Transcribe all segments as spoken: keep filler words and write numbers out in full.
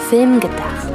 Film gedacht.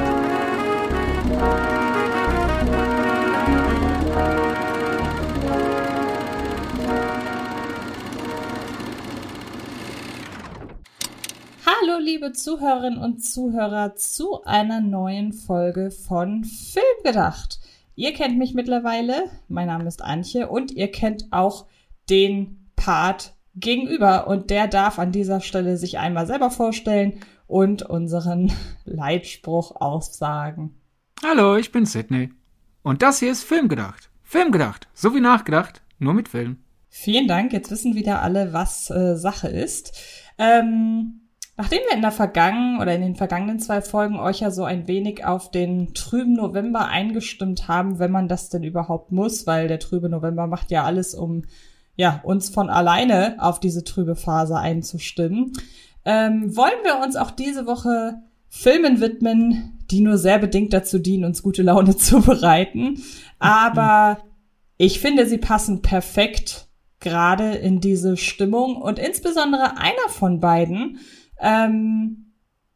Hallo liebe Zuhörerinnen und Zuhörer zu einer neuen Folge von Film gedacht. Ihr kennt mich mittlerweile, mein Name ist Antje und ihr kennt auch den Part gegenüber und der darf an dieser Stelle sich einmal selber vorstellen und unseren Leitspruch aussagen. Hallo, ich bin Sydney und das hier ist Film gedacht. Film gedacht, so wie nachgedacht, nur mit Film. Vielen Dank, jetzt wissen wieder alle, was äh, Sache ist. Ähm, nachdem wir in der vergangenen oder in den vergangenen zwei Folgen euch ja so ein wenig auf den trüben November eingestimmt haben, wenn man das denn überhaupt muss, weil der trübe November macht ja alles, um ja uns von alleine auf diese trübe Phase einzustimmen, ähm, wollen wir uns auch diese Woche Filmen widmen, die nur sehr bedingt dazu dienen, uns gute Laune zu bereiten. Aber ich finde, sie passen perfekt gerade in diese Stimmung und insbesondere einer von beiden ähm,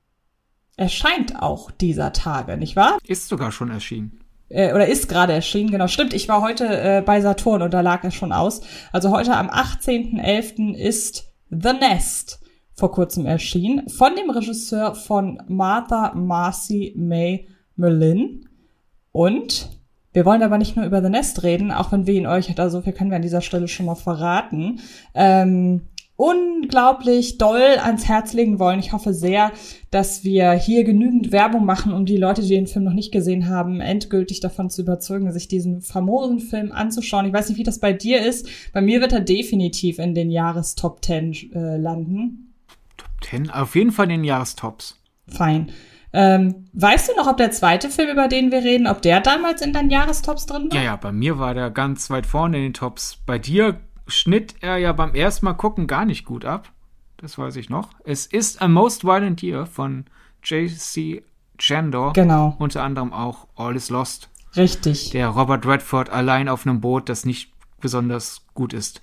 erscheint auch dieser Tage, nicht wahr? Ist sogar schon erschienen. Äh, oder ist gerade erschienen, genau, stimmt. Ich war heute äh, bei Saturn und da lag er schon aus. Also heute am achtzehnten elften ist The Nest vor kurzem erschienen von dem Regisseur von Martha Marcy May Merlin. Und wir wollen aber nicht nur über The Nest reden, auch wenn wir ihn euch, da so viel können wir an dieser Stelle schon mal verraten, ähm, unglaublich doll ans Herz legen wollen. Ich hoffe sehr, dass wir hier genügend Werbung machen, um die Leute, die den Film noch nicht gesehen haben, endgültig davon zu überzeugen, sich diesen famosen Film anzuschauen. Ich weiß nicht, wie das bei dir ist. Bei mir wird er definitiv in den Jahrestop zehn äh, landen. Top zehn? Auf jeden Fall in den Jahrestops. Fein. Ähm, weißt du noch, ob der zweite Film, über den wir reden, ob der damals in deinen Jahrestops drin war? Ja, ja, bei mir war der ganz weit vorne in den Tops. Bei dir schnitt er ja beim ersten Mal gucken gar nicht gut ab. Das weiß ich noch. Es ist A Most Violent Year von J C Chandor. Genau. Unter anderem auch All is Lost. Richtig. Der Robert Redford allein auf einem Boot, das nicht besonders gut ist.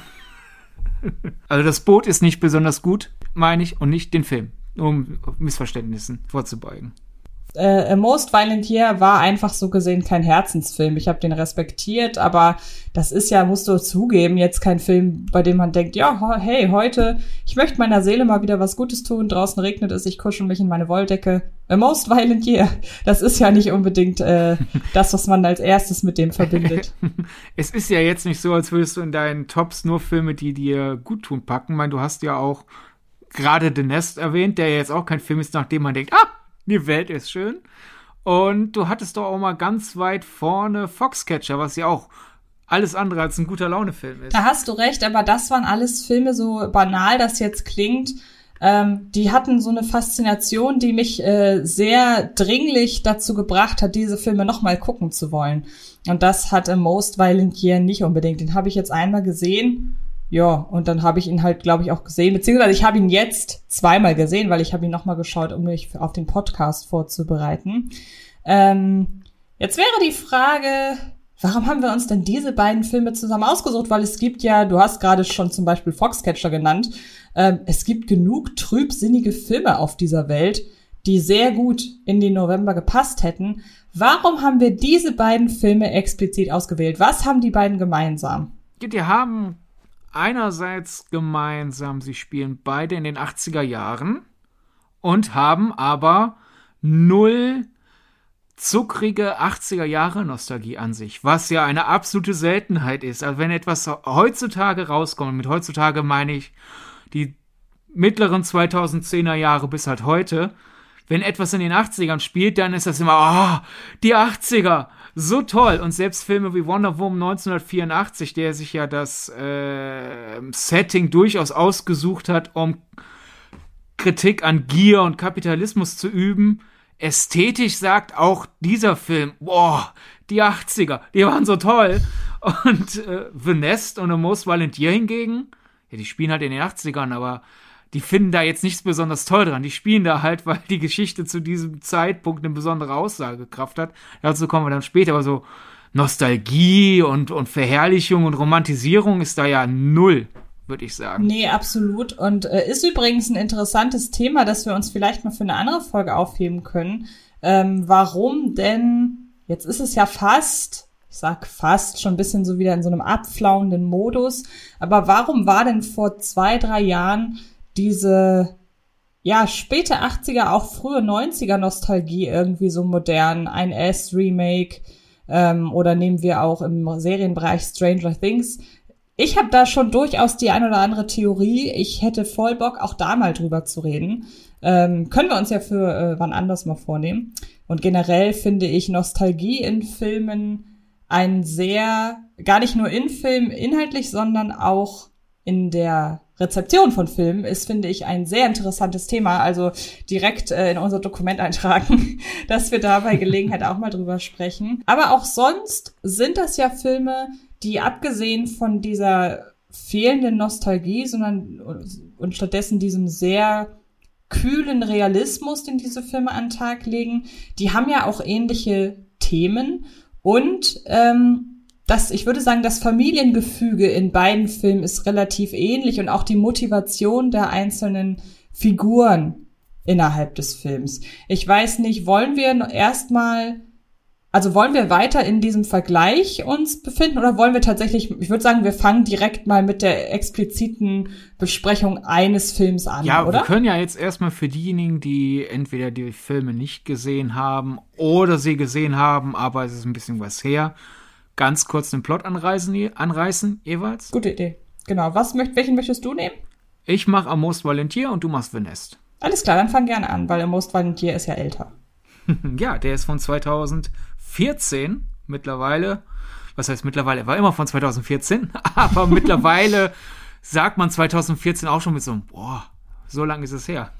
Also das Boot ist nicht besonders gut, meine ich, und nicht den Film, um Missverständnissen vorzubeugen. Äh, A Most Violent Year war einfach so gesehen kein Herzensfilm. Ich habe den respektiert, aber das ist ja, musst du zugeben, jetzt kein Film, bei dem man denkt, ja, hey, heute, ich möchte meiner Seele mal wieder was Gutes tun, draußen regnet es, ich kuschel mich in meine Wolldecke. A Most Violent Year, das ist ja nicht unbedingt äh, das, was man als erstes mit dem verbindet. Es ist ja jetzt nicht so, als würdest du in deinen Tops nur Filme, die dir gut tun, packen. Ich meine, du hast ja auch gerade The Nest erwähnt, der jetzt auch kein Film ist, nachdem man denkt, ah, die Welt ist schön. Und du hattest doch auch mal ganz weit vorne Foxcatcher, was ja auch alles andere als ein guter Laune-Film ist. Da hast du recht, aber das waren alles Filme, so banal das jetzt klingt. Ähm, die hatten so eine Faszination, die mich äh, sehr dringlich dazu gebracht hat, diese Filme nochmal gucken zu wollen. Und das hat A Most Violent Year nicht unbedingt. Den habe ich jetzt einmal gesehen. Ja, und dann habe ich ihn halt, glaube ich, auch gesehen, beziehungsweise ich habe ihn jetzt zweimal gesehen, weil ich habe ihn nochmal geschaut, um mich auf den Podcast vorzubereiten. Ähm, jetzt wäre die Frage, warum haben wir uns denn diese beiden Filme zusammen ausgesucht? Weil es gibt ja, du hast gerade schon zum Beispiel Foxcatcher genannt, ähm, es gibt genug trübsinnige Filme auf dieser Welt, die sehr gut in den November gepasst hätten. Warum haben wir diese beiden Filme explizit ausgewählt? Was haben die beiden gemeinsam? Die haben einerseits gemeinsam, sie spielen beide in den achtziger Jahren und haben aber null zuckrige achtziger Jahre Nostalgie an sich, was ja eine absolute Seltenheit ist. Also wenn etwas heutzutage rauskommt, mit heutzutage meine ich die mittleren zweitausendzehner Jahre bis halt heute, wenn etwas in den achtzigern spielt, dann ist das immer, ah, oh, die achtziger, so toll. Und selbst Filme wie Wonder Woman neunzehnhundertvierundachtzig, der sich ja das äh, Setting durchaus ausgesucht hat, um Kritik an Gier und Kapitalismus zu üben, ästhetisch sagt auch dieser Film, boah, die achtziger, die waren so toll. Und äh, The Nest und A Most Violent Year hingegen, ja, die spielen halt in den achtzigern, aber die finden da jetzt nichts besonders toll dran. Die spielen da halt, weil die Geschichte zu diesem Zeitpunkt eine besondere Aussagekraft hat. Dazu kommen wir dann später, aber so Nostalgie und, und Verherrlichung und Romantisierung ist da ja null. würde ich sagen. Nee, absolut. Und äh, ist übrigens ein interessantes Thema, das wir uns vielleicht mal für eine andere Folge aufheben können. Ähm, warum denn, jetzt ist es ja fast, ich sag fast, schon ein bisschen so wieder in so einem abflauenden Modus, aber warum war denn vor zwei, drei Jahren diese, ja, späte achtziger, auch frühe neunziger Nostalgie irgendwie so modern? Ein S-Remake ähm, oder nehmen wir auch im Serienbereich Stranger Things. Ich habe da schon durchaus die ein oder andere Theorie. Ich hätte voll Bock, auch da mal drüber zu reden. Ähm, können wir uns ja für äh, wann anders mal vornehmen. Und generell finde ich Nostalgie in Filmen ein sehr, gar nicht nur in Filmen inhaltlich, sondern auch in der Rezeption von Filmen ist, finde ich, ein sehr interessantes Thema. Also direkt äh, in unser Dokument eintragen, dass wir da bei Gelegenheit auch mal drüber sprechen. Aber auch sonst sind das ja Filme, die abgesehen von dieser fehlenden Nostalgie, sondern und stattdessen diesem sehr kühlen Realismus, den diese Filme an den Tag legen, die haben ja auch ähnliche Themen und ähm, das, ich würde sagen, das Familiengefüge in beiden Filmen ist relativ ähnlich und auch die Motivation der einzelnen Figuren innerhalb des Films. Ich weiß nicht, wollen wir erstmal Also wollen wir weiter in diesem Vergleich uns befinden oder wollen wir tatsächlich, ich würde sagen, wir fangen direkt mal mit der expliziten Besprechung eines Films an, ja, oder? Ja, wir können ja jetzt erstmal für diejenigen, die entweder die Filme nicht gesehen haben oder sie gesehen haben, aber es ist ein bisschen was her, ganz kurz den Plot anreißen, anreißen jeweils. Gute Idee. Genau. Was möcht, welchen möchtest du nehmen? Ich mache A Most Violent Year und du machst The Nest. Alles klar, dann fang gerne an, weil A Most Violent Year ist ja älter. Ja, der ist von zweitausendvierzehn mittlerweile. Was heißt mittlerweile? Er war immer von zweitausendvierzehn, aber mittlerweile sagt man zweitausendvierzehn auch schon mit so einem, boah, so lang ist es her.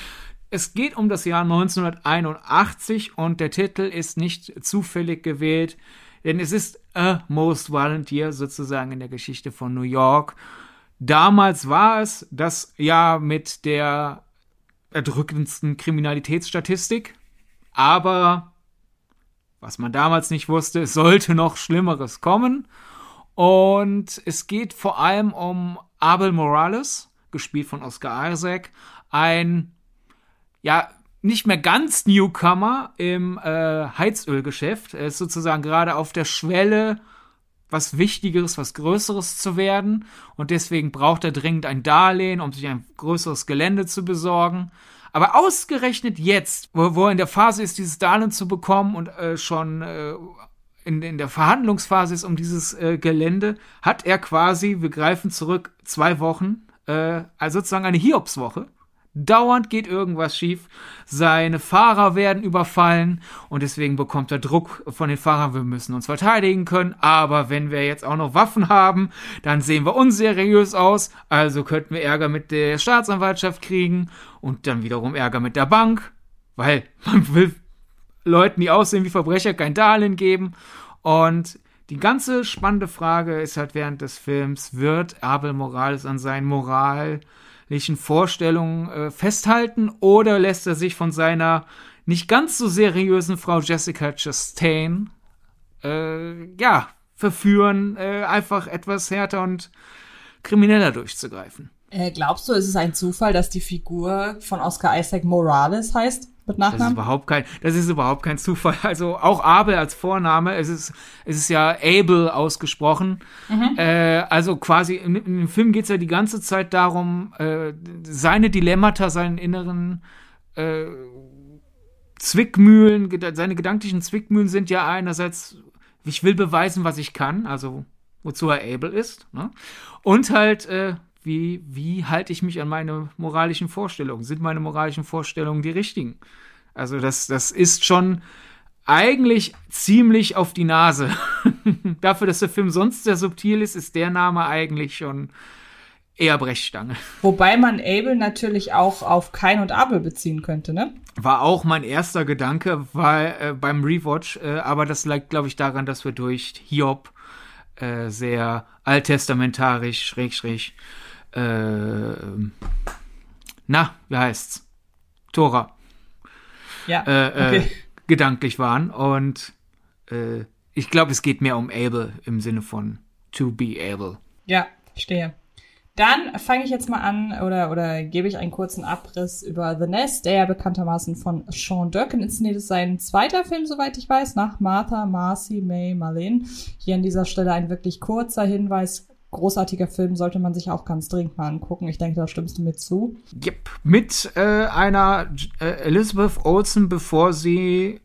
Es geht um das Jahr neunzehnhunderteinundachtzig und der Titel ist nicht zufällig gewählt, denn es ist A Most Violent Year sozusagen in der Geschichte von New York. Damals war es das Jahr mit der erdrückendsten Kriminalitätsstatistik. Aber, was man damals nicht wusste, es sollte noch Schlimmeres kommen. Und es geht vor allem um Abel Morales, gespielt von Oscar Isaac. Ein, ja, nicht mehr ganz Newcomer im äh, Heizölgeschäft. Er ist sozusagen gerade auf der Schwelle, was Wichtigeres, was Größeres zu werden. Und deswegen braucht er dringend ein Darlehen, um sich ein größeres Gelände zu besorgen. Aber ausgerechnet jetzt, wo, wo er in der Phase ist, dieses Darlehen zu bekommen und äh, schon äh, in, in der Verhandlungsphase ist um dieses äh, Gelände, hat er quasi, wir greifen zurück, zwei Wochen, äh, also sozusagen eine Hiobswoche. Dauernd geht irgendwas schief, seine Fahrer werden überfallen und deswegen bekommt er Druck von den Fahrern, wir müssen uns verteidigen können, aber wenn wir jetzt auch noch Waffen haben, dann sehen wir unseriös aus, also könnten wir Ärger mit der Staatsanwaltschaft kriegen und dann wiederum Ärger mit der Bank, weil man will Leuten, die aussehen wie Verbrecher, kein Darlehen geben und die ganze spannende Frage ist halt während des Films, wird Abel Morales an seinen Moral Vorstellungen äh, festhalten oder lässt er sich von seiner nicht ganz so seriösen Frau Jessica Chastain äh, ja, verführen, äh, einfach etwas härter und krimineller durchzugreifen. Äh, glaubst du, ist es ein Zufall, dass die Figur von Oscar Isaac Morales heißt? Mit Nachnamen? Das ist überhaupt kein, das ist überhaupt kein Zufall. Also auch Abel als Vorname, es ist, es ist ja Abel ausgesprochen. Mhm. Äh, also quasi in, in dem Film geht es ja die ganze Zeit darum, äh, seine Dilemmata, seinen inneren äh, Zwickmühlen, seine gedanklichen Zwickmühlen sind ja einerseits, ich will beweisen, was ich kann, also wozu er Abel ist, ne? Und halt äh, Wie, wie halte ich mich an meine moralischen Vorstellungen? Sind meine moralischen Vorstellungen die richtigen? Also das, das ist schon eigentlich ziemlich auf die Nase. Dafür, dass der Film sonst sehr subtil ist, ist der Name eigentlich schon eher Brechstange. Wobei man Abel natürlich auch auf Kain und Abel beziehen könnte, ne? War auch mein erster Gedanke weil, äh, beim Rewatch, äh, aber das liegt, glaube ich, daran, dass wir durch Hiob äh, sehr alttestamentarisch, schräg, schräg, Äh, na, wie heißt's? Tora. Ja, äh, okay. Äh, gedanklich waren. Und äh, ich glaube, es geht mehr um able im Sinne von to be able. Ja, verstehe. Dann fange ich jetzt mal an oder oder gebe ich einen kurzen Abriss über The Nest, der ja bekanntermaßen von Sean Durkin inszeniert ist. Sein zweiter Film, soweit ich weiß, nach Martha, Marcy, May, Marlene. Hier an dieser Stelle ein wirklich kurzer Hinweis. Großartiger Film, sollte man sich auch ganz dringend mal angucken. Ich denke, da stimmst du mir zu. Yep. Mit äh, einer äh, Elizabeth Olsen, bevor sie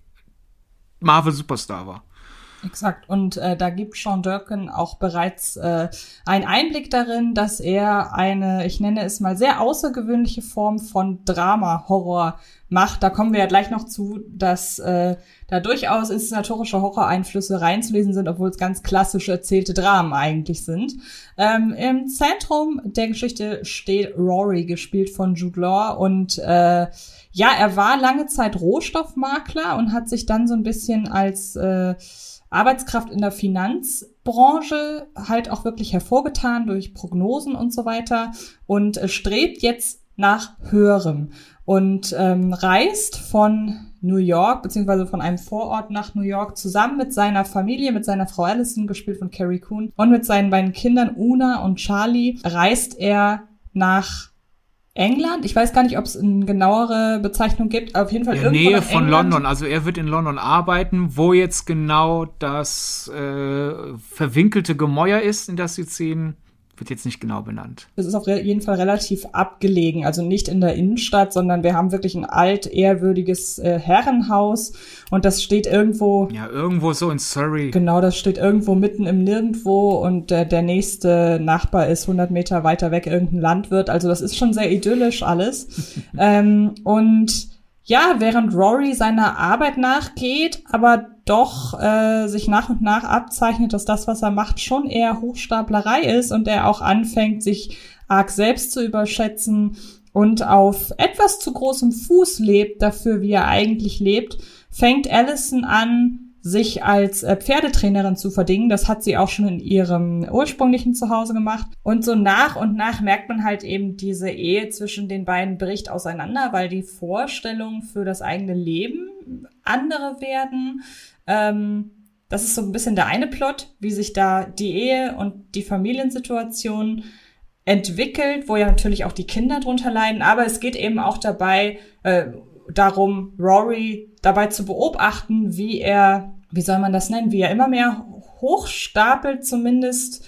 Marvel Superstar war. Exakt. Und äh, da gibt Sean Durkin auch bereits äh, einen Einblick darin, dass er eine, ich nenne es mal, sehr außergewöhnliche Form von Drama-Horror macht. Da kommen wir ja gleich noch zu, dass äh, da durchaus inszenatorische Horror-Einflüsse reinzulesen sind, obwohl es ganz klassische erzählte Dramen eigentlich sind. Ähm, Im Zentrum der Geschichte steht Rory, gespielt von Jude Law. Und äh, ja, er war lange Zeit Rohstoffmakler und hat sich dann so ein bisschen als äh, Arbeitskraft in der Finanzbranche halt auch wirklich hervorgetan durch Prognosen und so weiter und äh, strebt jetzt nach Höherem und ähm, reist von New York, beziehungsweise von einem Vorort nach New York, zusammen mit seiner Familie, mit seiner Frau Allison, gespielt von Carrie Coon, und mit seinen beiden Kindern Una und Charlie, reist er nach England. Ich weiß gar nicht, ob es eine genauere Bezeichnung gibt. Auf jeden Fall in der irgendwo Nähe von England. London. Also er wird in London arbeiten, wo jetzt genau das äh, verwinkelte Gemäuer ist, in das sie ziehen, wird jetzt nicht genau benannt. Es ist auf jeden Fall relativ abgelegen, also nicht in der Innenstadt, sondern wir haben wirklich ein alt, ehrwürdiges äh, Herrenhaus und das steht irgendwo... Ja, irgendwo so in Surrey. Genau, das steht irgendwo mitten im Nirgendwo und äh, der nächste Nachbar ist hundert Meter weiter weg, irgendein Landwirt. Also das ist schon sehr idyllisch alles. ähm, und ja, während Rory seiner Arbeit nachgeht, aber doch äh, sich nach und nach abzeichnet, dass das, was er macht, schon eher Hochstaplerei ist und er auch anfängt, sich arg selbst zu überschätzen und auf etwas zu großem Fuß lebt dafür, wie er eigentlich lebt, fängt Allison an, sich als äh, Pferdetrainerin zu verdingen. Das hat sie auch schon in ihrem ursprünglichen Zuhause gemacht. Und so nach und nach merkt man halt eben, diese Ehe zwischen den beiden bricht auseinander, weil die Vorstellungen für das eigene Leben andere werden. Ähm, das ist so ein bisschen der eine Plot, wie sich da die Ehe und die Familiensituation entwickelt, wo ja natürlich auch die Kinder drunter leiden. Aber es geht eben auch dabei, äh, darum, Rory dabei zu beobachten, wie er, wie soll man das nennen, wie er immer mehr hochstapelt, zumindest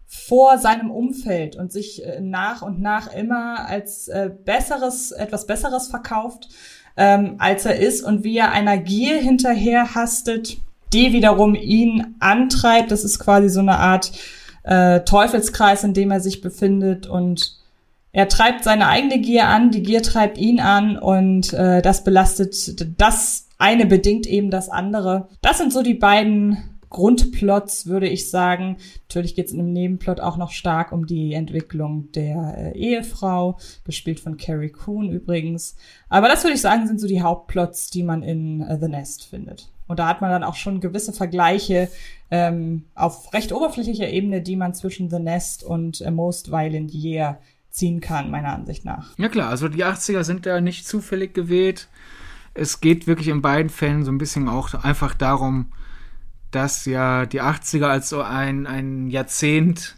vor seinem Umfeld und sich äh, nach und nach immer als äh, besseres, etwas Besseres verkauft, ähm, als er ist, und wie er einer Gier hinterher hastet, die wiederum ihn antreibt. Das ist quasi so eine Art äh, Teufelskreis, in dem er sich befindet, und er treibt seine eigene Gier an, die Gier treibt ihn an, und äh, das belastet, das eine bedingt eben das andere. Das sind so die beiden Grundplots, würde ich sagen. Natürlich geht es in einem Nebenplot auch noch stark um die Entwicklung der äh, Ehefrau, gespielt von Carrie Coon übrigens. Aber das, würde ich sagen, sind so die Hauptplots, die man in äh, The Nest findet. Und da hat man dann auch schon gewisse Vergleiche ähm, auf recht oberflächlicher Ebene, die man zwischen The Nest und äh, Most Violent Year ziehen kann, meiner Ansicht nach. Ja klar, also die achtziger sind da nicht zufällig gewählt. Es geht wirklich in beiden Fällen so ein bisschen auch einfach darum, dass ja die achtziger als so ein, ein Jahrzehnt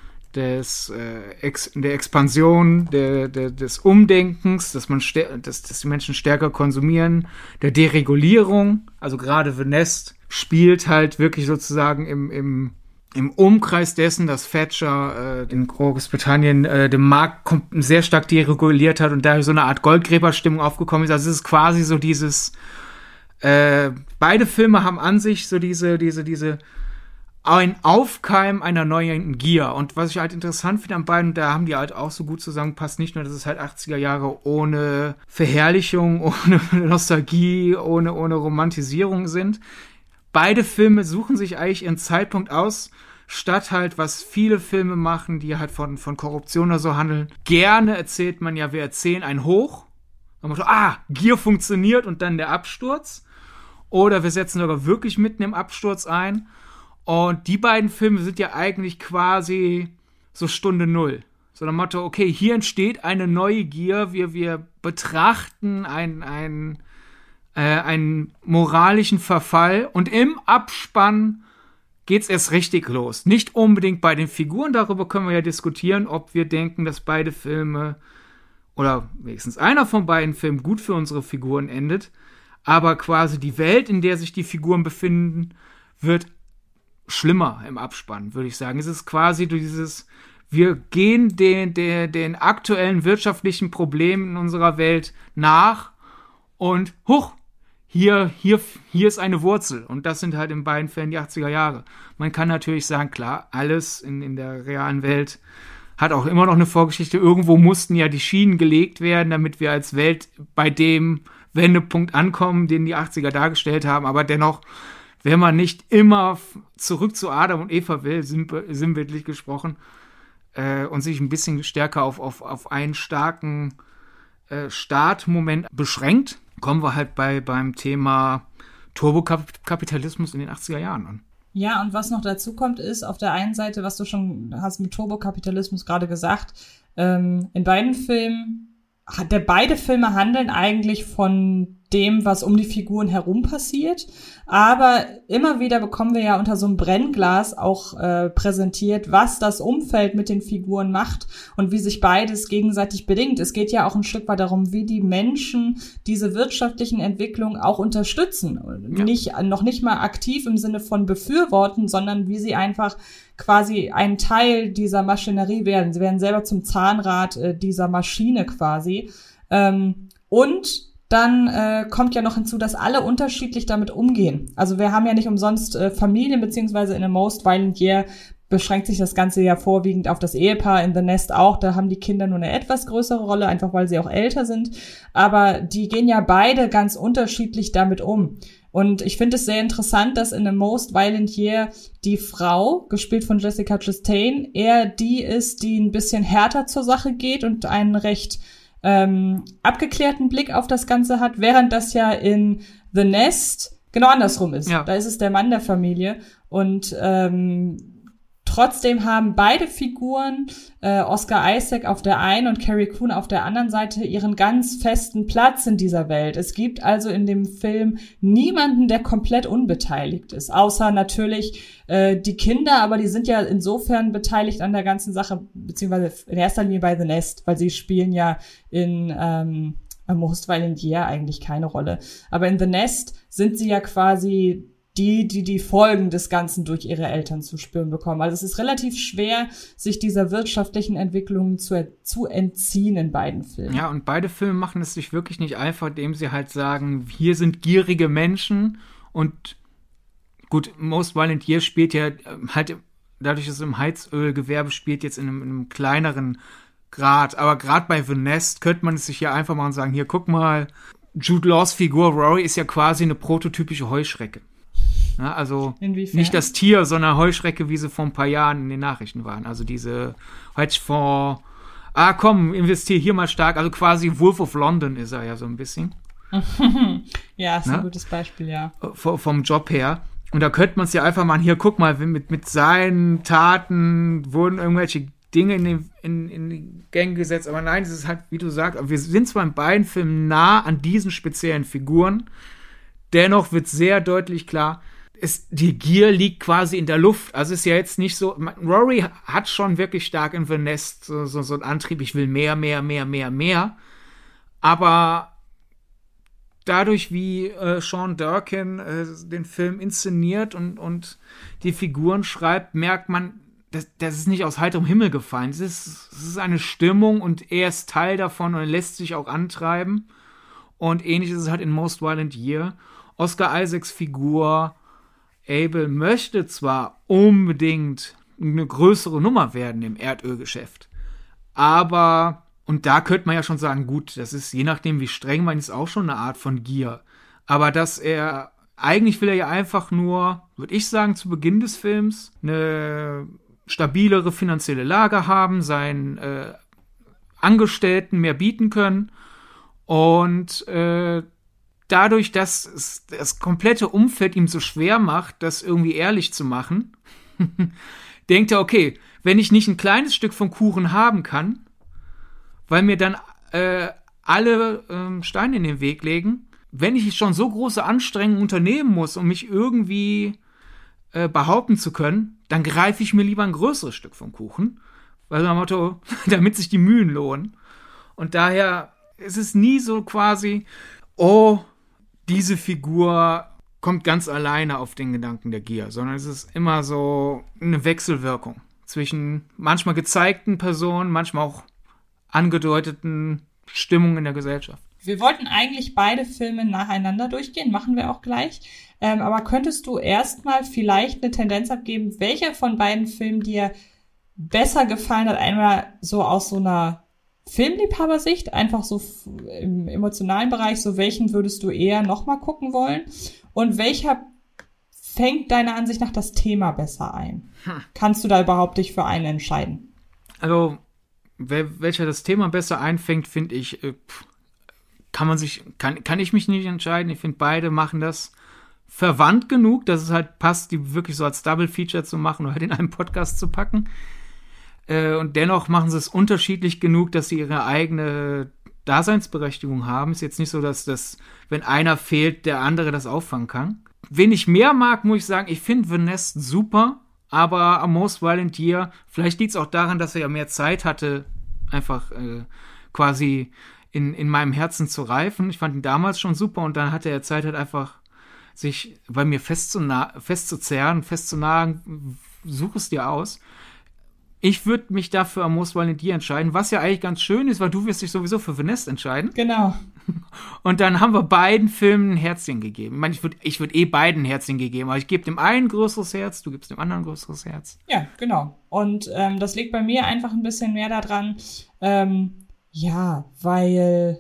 des, äh, Ex, der Expansion, der, der, des Umdenkens, dass man stär- dass, dass die Menschen stärker konsumieren, der Deregulierung, also gerade The Nest spielt halt wirklich sozusagen im, im im Umkreis dessen, dass Thatcher äh, in Großbritannien äh, den Markt kom- sehr stark dereguliert hat und da so eine Art Goldgräberstimmung aufgekommen ist. Also es ist quasi so dieses, äh, beide Filme haben an sich so diese, diese, diese, ein Aufkeim einer neuen Gier. Und was ich halt interessant finde an beiden, da haben die halt auch so gut zusammengepasst, nicht nur, dass es halt achtziger Jahre ohne Verherrlichung, ohne Nostalgie, ohne, ohne Romantisierung sind. Beide Filme suchen sich eigentlich ihren Zeitpunkt aus, statt halt, was viele Filme machen, die halt von, von Korruption oder so handeln. Gerne erzählt man ja, wir erzählen ein Hoch. Dann macht man so, ah, Gier funktioniert, und dann der Absturz. Oder wir setzen sogar wirklich mitten im Absturz ein. Und die beiden Filme sind ja eigentlich quasi so Stunde Null. So nach dem Motto, okay, hier entsteht eine neue Gier, wir, wir betrachten ein, ein Äh, einen moralischen Verfall, und im Abspann geht's erst richtig los. Nicht unbedingt bei den Figuren, darüber können wir ja diskutieren, ob wir denken, dass beide Filme oder wenigstens einer von beiden Filmen gut für unsere Figuren endet. Aber quasi die Welt, in der sich die Figuren befinden, wird schlimmer im Abspann, würde ich sagen. Es ist quasi dieses, wir gehen den, den, den aktuellen wirtschaftlichen Problemen in unserer Welt nach und huch, hier, hier, hier ist eine Wurzel. Und das sind halt in beiden Fällen die achtziger Jahre. Man kann natürlich sagen, klar, alles in, in der realen Welt hat auch immer noch eine Vorgeschichte. Irgendwo mussten ja die Schienen gelegt werden, damit wir als Welt bei dem Wendepunkt ankommen, den die achtziger dargestellt haben. Aber dennoch, wenn man nicht immer zurück zu Adam und Eva will, sinnbildlich gesprochen, äh, und sich ein bisschen stärker auf, auf, auf einen starken äh, Startmoment beschränkt, kommen wir halt bei beim Thema Turbokapitalismus in den achtziger Jahren an. Ja, und was noch dazu kommt, ist auf der einen Seite, was du schon hast mit Turbokapitalismus gerade gesagt, ähm, in beiden Filmen, der beide Filme handeln eigentlich von dem, was um die Figuren herum passiert, aber immer wieder bekommen wir ja unter so einem Brennglas auch äh, präsentiert, was das Umfeld mit den Figuren macht und wie sich beides gegenseitig bedingt. Es geht ja auch ein Stück weit darum, wie die Menschen diese wirtschaftlichen Entwicklungen auch unterstützen. Ja. Nicht, noch nicht mal aktiv im Sinne von befürworten, sondern wie sie einfach quasi ein Teil dieser Maschinerie werden. Sie werden selber zum Zahnrad äh, dieser Maschine quasi. Ähm, und dann äh, kommt ja noch hinzu, dass alle unterschiedlich damit umgehen. Also wir haben ja nicht umsonst äh, Familien, beziehungsweise in A Most Violent Year beschränkt sich das Ganze ja vorwiegend auf das Ehepaar, in The Nest auch. Da haben die Kinder nur eine etwas größere Rolle, einfach weil sie auch älter sind. Aber die gehen ja beide ganz unterschiedlich damit um. Und ich finde es sehr interessant, dass in A Most Violent Year die Frau, gespielt von Jessica Chastain, eher die ist, die ein bisschen härter zur Sache geht und einen recht ähm, abgeklärten Blick auf das Ganze hat, während das ja in The Nest genau andersrum ist. Ja. Da ist es der Mann der Familie und ähm, trotzdem haben beide Figuren, äh, Oscar Isaac auf der einen und Carrie Coon auf der anderen Seite, ihren ganz festen Platz in dieser Welt. Es gibt also in dem Film niemanden, der komplett unbeteiligt ist, außer natürlich äh, die Kinder, aber die sind ja insofern beteiligt an der ganzen Sache, beziehungsweise in erster Linie bei The Nest, weil sie spielen ja in ähm, A Most Violent Year eigentlich keine Rolle. Aber in The Nest sind sie ja quasi die, die die Folgen des Ganzen durch ihre Eltern zu spüren bekommen. Also es ist relativ schwer, sich dieser wirtschaftlichen Entwicklung zu, zu entziehen in beiden Filmen. Ja, und beide Filme machen es sich wirklich nicht einfach, indem sie halt sagen, hier sind gierige Menschen und gut, Most Violent Year spielt ja halt, dadurch, dass es im Heizölgewerbe spielt, jetzt in einem, in einem kleineren Grad. Aber gerade bei The Nest könnte man es sich ja einfach mal und sagen, hier, guck mal, Jude Laws Figur Rory ist ja quasi eine prototypische Heuschrecke. Ja, also Inwiefern? Nicht das Tier, sondern Heuschrecke, wie sie vor ein paar Jahren in den Nachrichten waren. Also diese Hedgefonds, ah komm, investier hier mal stark. Also quasi Wolf of London ist er ja so ein bisschen. Ja, ist Na? ein gutes Beispiel, ja. V- vom Job her. Und da könnte man es ja einfach mal, hier, guck mal, mit, mit seinen Taten wurden irgendwelche Dinge in den, in, in die Gänge gesetzt. Aber nein, es ist halt, wie du sagst, wir sind zwar in beiden Filmen nah an diesen speziellen Figuren, dennoch wird sehr deutlich klar, es, die Gier liegt quasi in der Luft. Also ist ja jetzt nicht so, Rory hat schon wirklich stark in The Nest so, so, so einen Antrieb, ich will mehr, mehr, mehr, mehr, mehr. Aber dadurch, wie äh, Sean Durkin äh, den Film inszeniert und, und die Figuren schreibt, merkt man, das, das ist nicht aus heiterem Himmel gefallen. Es ist, es ist eine Stimmung und er ist Teil davon und lässt sich auch antreiben. Und ähnlich ist es halt in Most Violent Year. Oscar Isaacs Figur Abel möchte zwar unbedingt eine größere Nummer werden im Erdölgeschäft, aber, und da könnte man ja schon sagen, gut, das ist, je nachdem wie streng man ist, auch schon eine Art von Gier, aber dass er, eigentlich will er ja einfach nur, würde ich sagen, zu Beginn des Films eine stabilere finanzielle Lage haben, seinen äh, Angestellten mehr bieten können und äh, dadurch, dass es das komplette Umfeld ihm so schwer macht, das irgendwie ehrlich zu machen, denkt er, okay, wenn ich nicht ein kleines Stück vom Kuchen haben kann, weil mir dann äh, alle äh, Steine in den Weg legen, wenn ich schon so große Anstrengungen unternehmen muss, um mich irgendwie äh, behaupten zu können, dann greife ich mir lieber ein größeres Stück vom Kuchen. Weil so ein Motto, damit sich die Mühen lohnen. Und daher ist es nie so quasi, oh, diese Figur kommt ganz alleine auf den Gedanken der Gier, sondern es ist immer so eine Wechselwirkung zwischen manchmal gezeigten Personen, manchmal auch angedeuteten Stimmungen in der Gesellschaft. Wir wollten eigentlich beide Filme nacheinander durchgehen, machen wir auch gleich. Ähm, aber könntest du erstmal vielleicht eine Tendenz abgeben, welcher von beiden Filmen dir besser gefallen hat? Einmal so aus so einer Filmliebhabersicht, einfach so f- im emotionalen Bereich, so welchen würdest du eher nochmal gucken wollen? Und welcher fängt deiner Ansicht nach das Thema besser ein? Hm. Kannst du da überhaupt dich für einen entscheiden? Also, wer, welcher das Thema besser einfängt, finde ich, äh, kann man sich, kann, kann ich mich nicht entscheiden. Ich finde, beide machen das verwandt genug, dass es halt passt, die wirklich so als Double Feature zu machen oder halt in einem Podcast zu packen. Äh, und dennoch machen sie es unterschiedlich genug, dass sie ihre eigene Daseinsberechtigung haben. Ist jetzt nicht so, dass das, wenn einer fehlt, der andere das auffangen kann. Wen ich mehr mag, muss ich sagen, ich finde The Nest super, aber A Most Violent Year, vielleicht liegt es auch daran, dass er ja mehr Zeit hatte, einfach äh, quasi in, in meinem Herzen zu reifen. Ich fand ihn damals schon super und dann hatte er Zeit halt einfach, sich bei mir festzuna- festzuzerren, festzunagen, such es dir aus. Ich würde mich dafür am Most Violent Year entscheiden, was ja eigentlich ganz schön ist, weil du wirst dich sowieso für The Nest entscheiden. Genau. Und dann haben wir beiden Filmen ein Herzchen gegeben. Ich meine, ich würde ich würd eh beiden ein Herzchen gegeben, aber ich gebe dem einen ein größeres Herz, du gibst dem anderen ein größeres Herz. Ja, genau. Und ähm, das liegt bei mir einfach ein bisschen mehr daran, ähm, ja, weil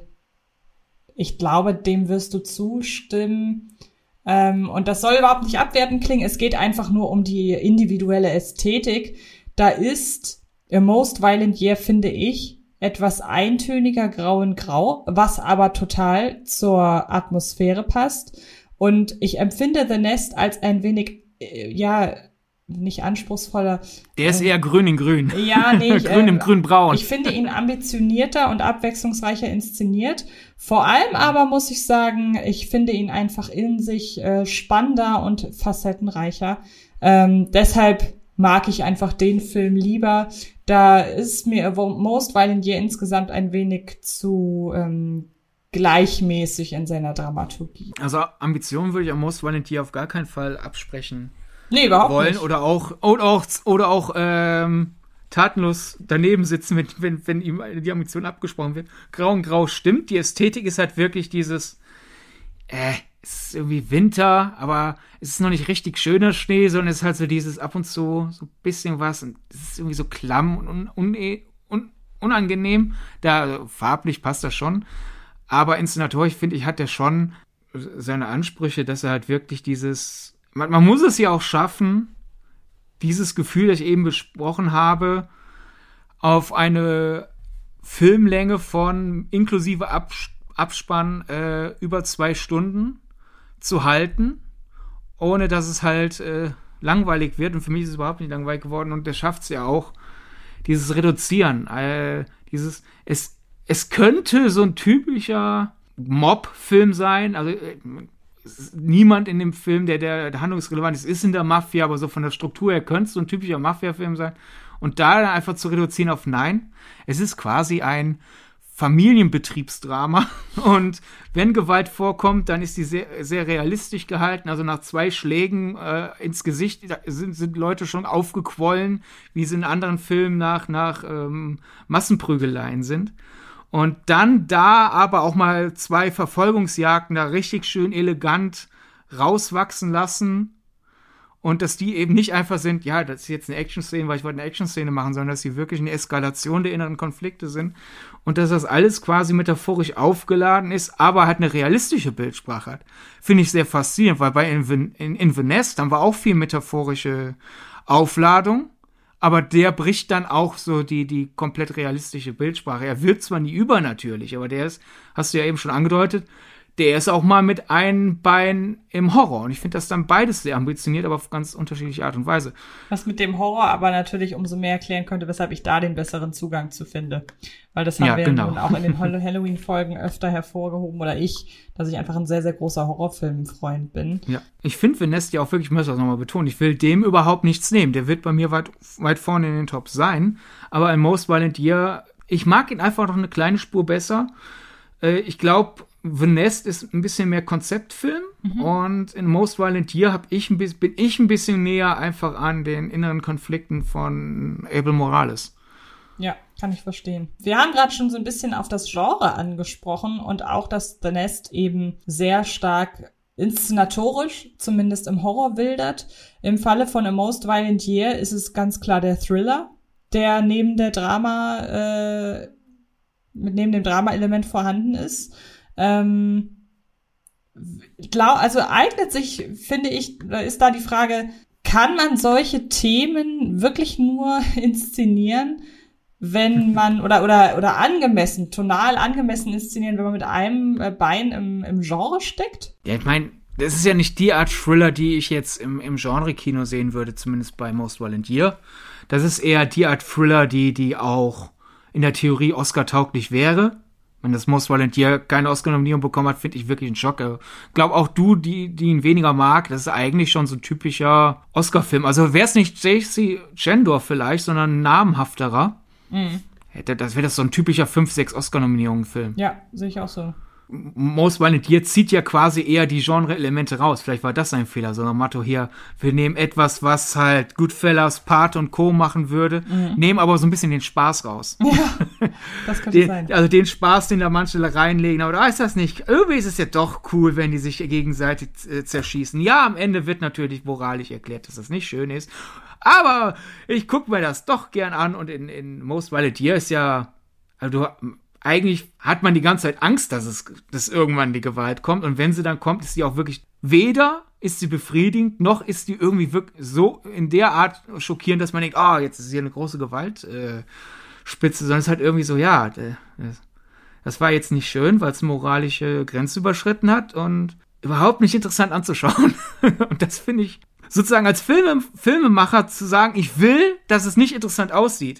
ich glaube, dem wirst du zustimmen. Ähm, und das soll überhaupt nicht abwertend klingen, es geht einfach nur um die individuelle Ästhetik. Da ist A Most Violent Year, finde ich, etwas eintöniger grau in grau, was aber total zur Atmosphäre passt. Und ich empfinde The Nest als ein wenig, äh, ja, nicht anspruchsvoller. Der ist äh, eher grün in grün. Ja, nee. Ich, grün äh, im grün-braun. Ich finde ihn ambitionierter und abwechslungsreicher inszeniert. Vor allem aber muss ich sagen, ich finde ihn einfach in sich äh, spannender und facettenreicher. Ähm, deshalb mag ich einfach den Film lieber. Da ist mir A Most Violent Year insgesamt ein wenig zu ähm, gleichmäßig in seiner Dramaturgie. Also Ambitionen würde ich A Most Violent Year auf gar keinen Fall absprechen. Nee, überhaupt wollen nicht. Oder auch, oder auch, oder auch ähm, tatenlos daneben sitzen, wenn, wenn, wenn ihm die Ambition abgesprochen wird. Grau und Grau stimmt. Die Ästhetik ist halt wirklich dieses, äh, es ist irgendwie Winter, aber es ist noch nicht richtig schöner Schnee, sondern es ist halt so dieses ab und zu so ein bisschen was und es ist irgendwie so klamm und un, un, un, unangenehm. Da, also, farblich passt das schon. Aber inszenatorisch, finde ich, hat er schon seine Ansprüche, dass er halt wirklich dieses, man, man muss es ja auch schaffen, dieses Gefühl, das ich eben besprochen habe, auf eine Filmlänge von inklusive Abs- Abspann äh, über zwei Stunden zu halten, ohne dass es halt äh, langweilig wird. Und für mich ist es überhaupt nicht langweilig geworden. Und der schafft es ja auch, dieses Reduzieren. Äh, dieses, es, es könnte so ein typischer Mob-Film sein. Also äh, es ist niemand in dem Film, der, der, der handlungsrelevant ist, ist in der Mafia, aber so von der Struktur her könnte es so ein typischer Mafia-Film sein. Und da dann einfach zu reduzieren auf nein, es ist quasi ein Familienbetriebsdrama und wenn Gewalt vorkommt, dann ist die sehr, sehr realistisch gehalten. Also nach zwei Schlägen äh, ins Gesicht sind, sind Leute schon aufgequollen, wie sie in anderen Filmen nach, nach ähm, Massenprügeleien sind. Und dann da aber auch mal zwei Verfolgungsjagden da richtig schön elegant rauswachsen lassen. Und dass die eben nicht einfach sind, ja, das ist jetzt eine Action-Szene, weil ich wollte eine Action-Szene machen, sondern dass sie wirklich eine Eskalation der inneren Konflikte sind. Und dass das alles quasi metaphorisch aufgeladen ist, aber halt eine realistische Bildsprache hat. Finde ich sehr faszinierend, weil bei in, in, in The Nest haben wir auch viel metaphorische Aufladung, aber der bricht dann auch so die, die komplett realistische Bildsprache. Er wird zwar nie übernatürlich, aber der ist, hast du ja eben schon angedeutet, der ist auch mal mit einem Bein im Horror. Und ich finde das dann beides sehr ambitioniert, aber auf ganz unterschiedliche Art und Weise. Was mit dem Horror aber natürlich umso mehr erklären könnte, weshalb ich da den besseren Zugang zu finde. Weil das haben ja, wir genau. nun auch in den Halloween-Folgen öfter hervorgehoben, oder ich, dass ich einfach ein sehr, sehr großer Horrorfilmfreund bin. Ja, ich finde Vanessa ja auch wirklich, ich muss das nochmal betonen, ich will dem überhaupt nichts nehmen. Der wird bei mir weit, weit vorne in den Tops sein. Aber in Most Violent Year, ich mag ihn einfach noch eine kleine Spur besser. Äh, ich glaube, The Nest ist ein bisschen mehr Konzeptfilm mhm. und in Most Violent Year hab ich ein bisschen, bin ich ein bisschen näher einfach an den inneren Konflikten von Abel Morales. Ja, kann ich verstehen. Wir haben gerade schon so ein bisschen auf das Genre angesprochen und auch, dass The Nest eben sehr stark inszenatorisch, zumindest im Horror, wildert. Im Falle von A Most Violent Year ist es ganz klar der Thriller, der neben der Drama, äh, neben dem Drama-Element vorhanden ist. Ähm, glaub, also eignet sich, finde ich, ist da die Frage, kann man solche Themen wirklich nur inszenieren, wenn man, oder, oder, oder angemessen, tonal angemessen inszenieren, wenn man mit einem Bein im, im Genre steckt? Ja, ich meine, das ist ja nicht die Art Thriller, die ich jetzt im, im Genre-Kino sehen würde, zumindest bei Most Violent Year. Das ist eher die Art Thriller, die, die auch in der Theorie Oscar-tauglich wäre. Wenn das Most Violent Year keine Oscar-Nominierung bekommen hat, finde ich wirklich einen Schock. Ich glaube auch du, die, die ihn weniger mag, das ist eigentlich schon so ein typischer Oscar-Film. Also wäre es nicht J C Gendor vielleicht, sondern ein namhafterer, mhm. hätte, das wäre das so ein typischer fünf, sechs Oscar-Nominierungen-Film. Ja, sehe ich auch so. Most Violent Year zieht ja quasi eher die Genre-Elemente raus. Vielleicht war das ein Fehler, so nach Motto hier, wir nehmen etwas, was halt Goodfellas, Part und Co. machen würde, mhm. nehmen aber so ein bisschen den Spaß raus. Ja, das könnte den, sein. Also den Spaß, den da manche reinlegen, aber da ist das nicht. Irgendwie ist es ja doch cool, wenn die sich gegenseitig äh, zerschießen. Ja, am Ende wird natürlich moralisch erklärt, dass das nicht schön ist. Aber ich gucke mir das doch gern an und in, in Most Violent Year ist ja, also du eigentlich hat man die ganze Zeit Angst, dass es, dass irgendwann die Gewalt kommt. Und wenn sie dann kommt, ist sie auch wirklich, weder ist sie befriedigend, noch ist die irgendwie wirklich so in der Art schockierend, dass man denkt, ah, oh, jetzt ist hier eine große Gewaltspitze, äh, sondern es ist halt irgendwie so, ja, das, das war jetzt nicht schön, weil es moralische Grenze überschritten hat und überhaupt nicht interessant anzuschauen. Und das finde ich sozusagen als Filme, Filmemacher zu sagen, ich will, dass es nicht interessant aussieht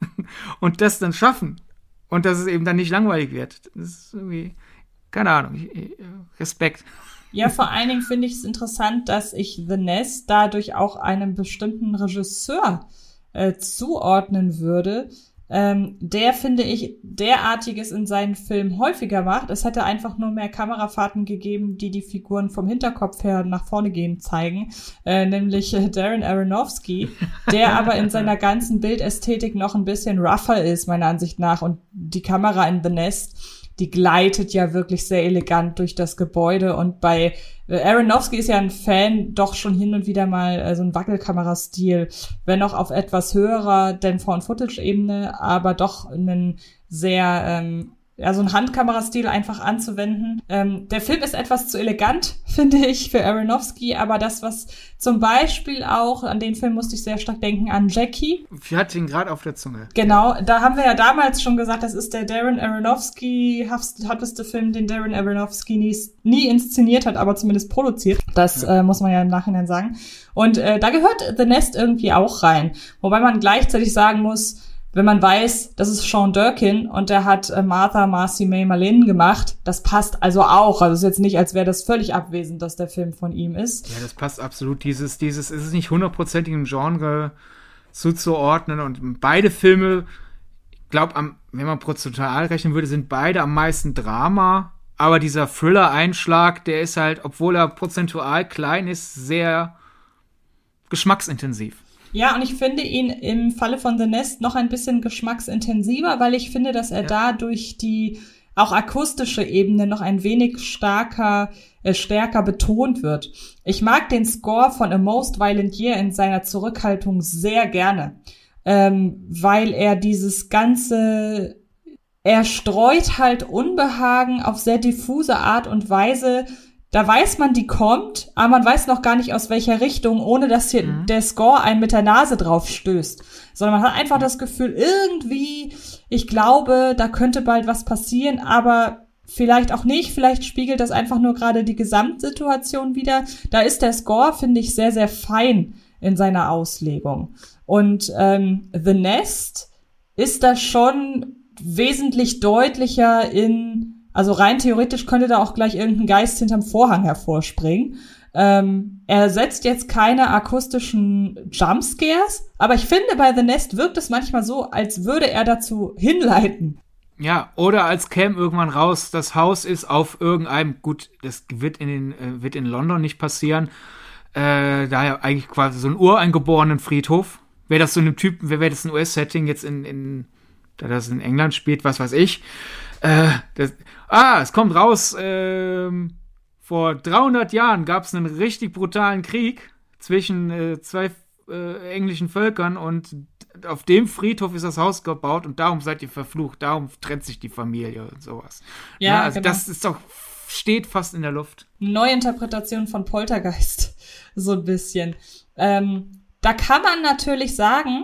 und das dann schaffen. Und dass es eben dann nicht langweilig wird. Das ist irgendwie, keine Ahnung, Respekt. Ja, vor allen Dingen finde ich es interessant, dass ich The Nest dadurch auch einem bestimmten Regisseur äh, zuordnen würde, ähm, der, finde ich, derartiges in seinen Filmen häufiger macht. Es hätte einfach nur mehr Kamerafahrten gegeben, die die Figuren vom Hinterkopf her nach vorne gehen zeigen, äh, nämlich äh, Darren Aronofsky, der aber in seiner ganzen Bildästhetik noch ein bisschen rougher ist, meiner Ansicht nach. Und die Kamera in The Nest, die gleitet ja wirklich sehr elegant durch das Gebäude. Und bei äh, Aronofsky ist ja ein Fan doch schon hin und wieder mal äh, so ein Wackelkamerastil, wenn auch auf etwas höherer denn Found-Footage-Ebene, aber doch einen sehr, ähm, ja, so ein Handkamerastil einfach anzuwenden. Ähm, der Film ist etwas zu elegant, finde ich, für Aronofsky, aber das, was zum Beispiel auch, an den Film musste ich sehr stark denken, an Jackie. Ich hatte ihn gerade auf der Zunge. Genau, da haben wir ja damals schon gesagt, das ist der Darren Aronofsky, hafteste Film, den Darren Aronofsky nie, nie inszeniert hat, aber zumindest produziert. Das ja. äh, muss man ja im Nachhinein sagen. Und äh, da gehört The Nest irgendwie auch rein. Wobei man gleichzeitig sagen muss, wenn man weiß, das ist Sean Durkin und der hat äh, Martha, Marcy May, Marlene gemacht, das passt also auch. Also es ist jetzt nicht, als wäre das völlig abwesend, dass der Film von ihm ist. Ja, das passt absolut. Dieses, dieses, es ist nicht hundertprozentig im Genre zuzuordnen und beide Filme, ich glaube, wenn man prozentual rechnen würde, sind beide am meisten Drama. Aber dieser Thriller-Einschlag, der ist halt, obwohl er prozentual klein ist, sehr geschmacksintensiv. Ja, und ich finde ihn im Falle von The Nest noch ein bisschen geschmacksintensiver, weil ich finde, dass er ja. da durch die auch akustische Ebene noch ein wenig starker, äh, stärker betont wird. Ich mag den Score von A Most Violent Year in seiner Zurückhaltung sehr gerne, ähm, weil er dieses ganze, er streut halt Unbehagen auf sehr diffuse Art und Weise. Da weiß man, die kommt, aber man weiß noch gar nicht, aus welcher Richtung, ohne dass hier mhm. der Score einen mit der Nase drauf stößt. Sondern man hat einfach das Gefühl, irgendwie, ich glaube, da könnte bald was passieren, aber vielleicht auch nicht, vielleicht spiegelt das einfach nur gerade die Gesamtsituation wider. Da ist der Score, finde ich, sehr, sehr fein in seiner Auslegung. Und ähm, The Nest ist da schon wesentlich deutlicher in, also rein theoretisch könnte da auch gleich irgendein Geist hinterm Vorhang hervorspringen. Ähm, er setzt jetzt keine akustischen Jumpscares, aber ich finde, bei The Nest wirkt es manchmal so, als würde er dazu hinleiten. Ja, oder als käme irgendwann raus, das Haus ist auf irgendeinem, gut, das wird in den, äh, wird in London nicht passieren, äh, daher eigentlich quasi so ein ureingeborenen Friedhof. Wäre das so ein Typ, wäre das ein U S-Setting jetzt in, in, da das in England spielt, was weiß ich. Äh, das, ah, es kommt raus, ähm, vor dreihundert Jahren gab es einen richtig brutalen Krieg zwischen äh, zwei äh, englischen Völkern und auf dem Friedhof ist das Haus gebaut und darum seid ihr verflucht, darum trennt sich die Familie und sowas. Ja, ja, also genau. Das ist doch, steht fast in der Luft. Neuinterpretation von Poltergeist, so ein bisschen. Ähm, da kann man natürlich sagen,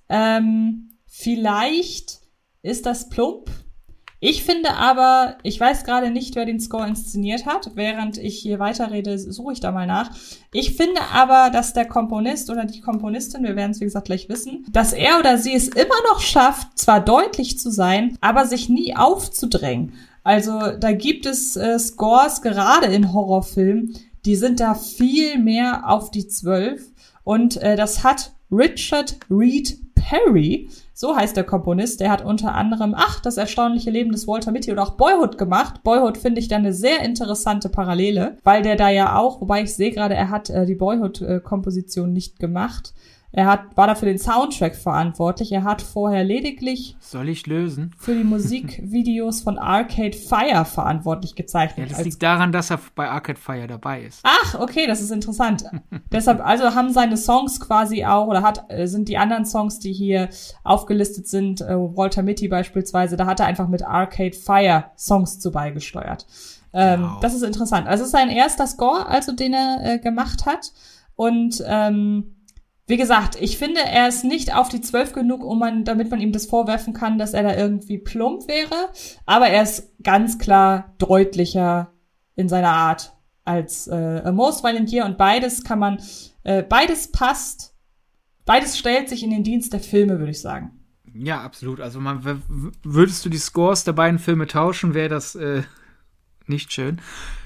ähm, vielleicht ist das plump. Ich finde aber, ich weiß gerade nicht, wer den Score inszeniert hat. Während ich hier weiterrede, suche ich da mal nach. Ich finde aber, dass der Komponist oder die Komponistin, wir werden es wie gesagt gleich wissen, dass er oder sie es immer noch schafft, zwar deutlich zu sein, aber sich nie aufzudrängen. Also da gibt es äh, Scores, gerade in Horrorfilmen, die sind da viel mehr auf die Zwölf. Und äh, das hat Richard Reed Perry, so heißt der Komponist, der hat unter anderem, ach, das erstaunliche Leben des Walter Mitty oder auch Boyhood gemacht. Boyhood finde ich da eine sehr interessante Parallele, weil der da ja auch, wobei ich sehe gerade, er hat äh, die Boyhood-Komposition nicht gemacht. Er hat, war da für den Soundtrack verantwortlich. Er hat vorher lediglich Soll ich lösen? für die Musikvideos von Arcade Fire verantwortlich gezeichnet. Ja, das liegt daran, dass er bei Arcade Fire dabei ist. Ach, okay, das ist interessant. Deshalb, also haben seine Songs quasi auch, oder hat, sind die anderen Songs, die hier aufgelistet sind, äh, Walter Mitty beispielsweise, da hat er einfach mit Arcade Fire Songs zu beigesteuert. Ähm, Wow. Das ist interessant. Also es ist sein erster Score, also den er äh, gemacht hat. Und ähm, wie gesagt, ich finde, er ist nicht auf die Zwölf genug, um man, damit man ihm das vorwerfen kann, dass er da irgendwie plump wäre. Aber er ist ganz klar deutlicher in seiner Art als äh, A Most Violent Year. Und beides kann man, äh, beides passt, beides stellt sich in den Dienst der Filme, würde ich sagen. Ja, absolut. Also man, w- w- würdest du die Scores der beiden Filme tauschen, wäre das äh, nicht schön.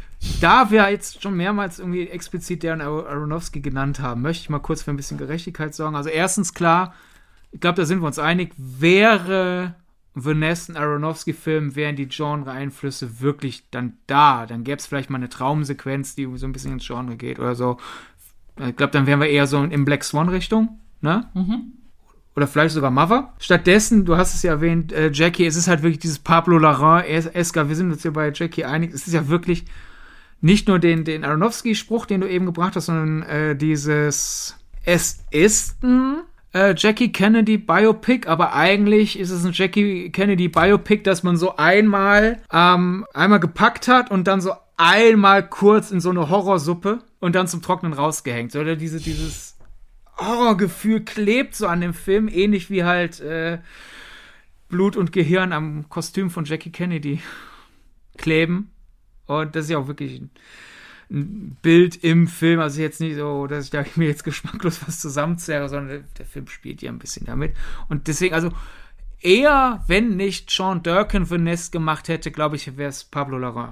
Da wir jetzt schon mehrmals irgendwie explizit Darren Aronofsky genannt haben, möchte ich mal kurz für ein bisschen Gerechtigkeit sorgen. Also erstens klar, ich glaube, da sind wir uns einig, wäre The Nest ein Aronofsky-Film, wären die Genre-Einflüsse wirklich dann da. Dann gäbe es vielleicht mal eine Traumsequenz, die so ein bisschen ins Genre geht oder so. Ich glaube, dann wären wir eher so in Black Swan-Richtung, ne? Mhm. Oder vielleicht sogar Mother. Stattdessen, du hast es ja erwähnt, äh, Jackie, es ist halt wirklich dieses Pablo Larraín-esker, wir sind uns hier bei Jackie einig, es ist ja wirklich nicht nur den, den Aronofsky-Spruch, den du eben gebracht hast, sondern äh, dieses, es ist ein äh, Jackie Kennedy Biopic, aber eigentlich ist es ein Jackie Kennedy Biopic, das man so einmal, ähm, einmal gepackt hat und dann so einmal kurz in so eine Horrorsuppe und dann zum Trocknen rausgehängt. Oder diese, dieses Horrorgefühl klebt so an dem Film, ähnlich wie halt äh, Blut und Gehirn am Kostüm von Jackie Kennedy kleben. Und das ist ja auch wirklich ein, ein Bild im Film. Also jetzt nicht so, dass ich da mir jetzt geschmacklos was zusammenzerre, sondern der, der Film spielt ja ein bisschen damit. Und deswegen, also eher, wenn nicht Sean Durkin The Nest gemacht hätte, glaube ich, wäre es Pablo Larraín.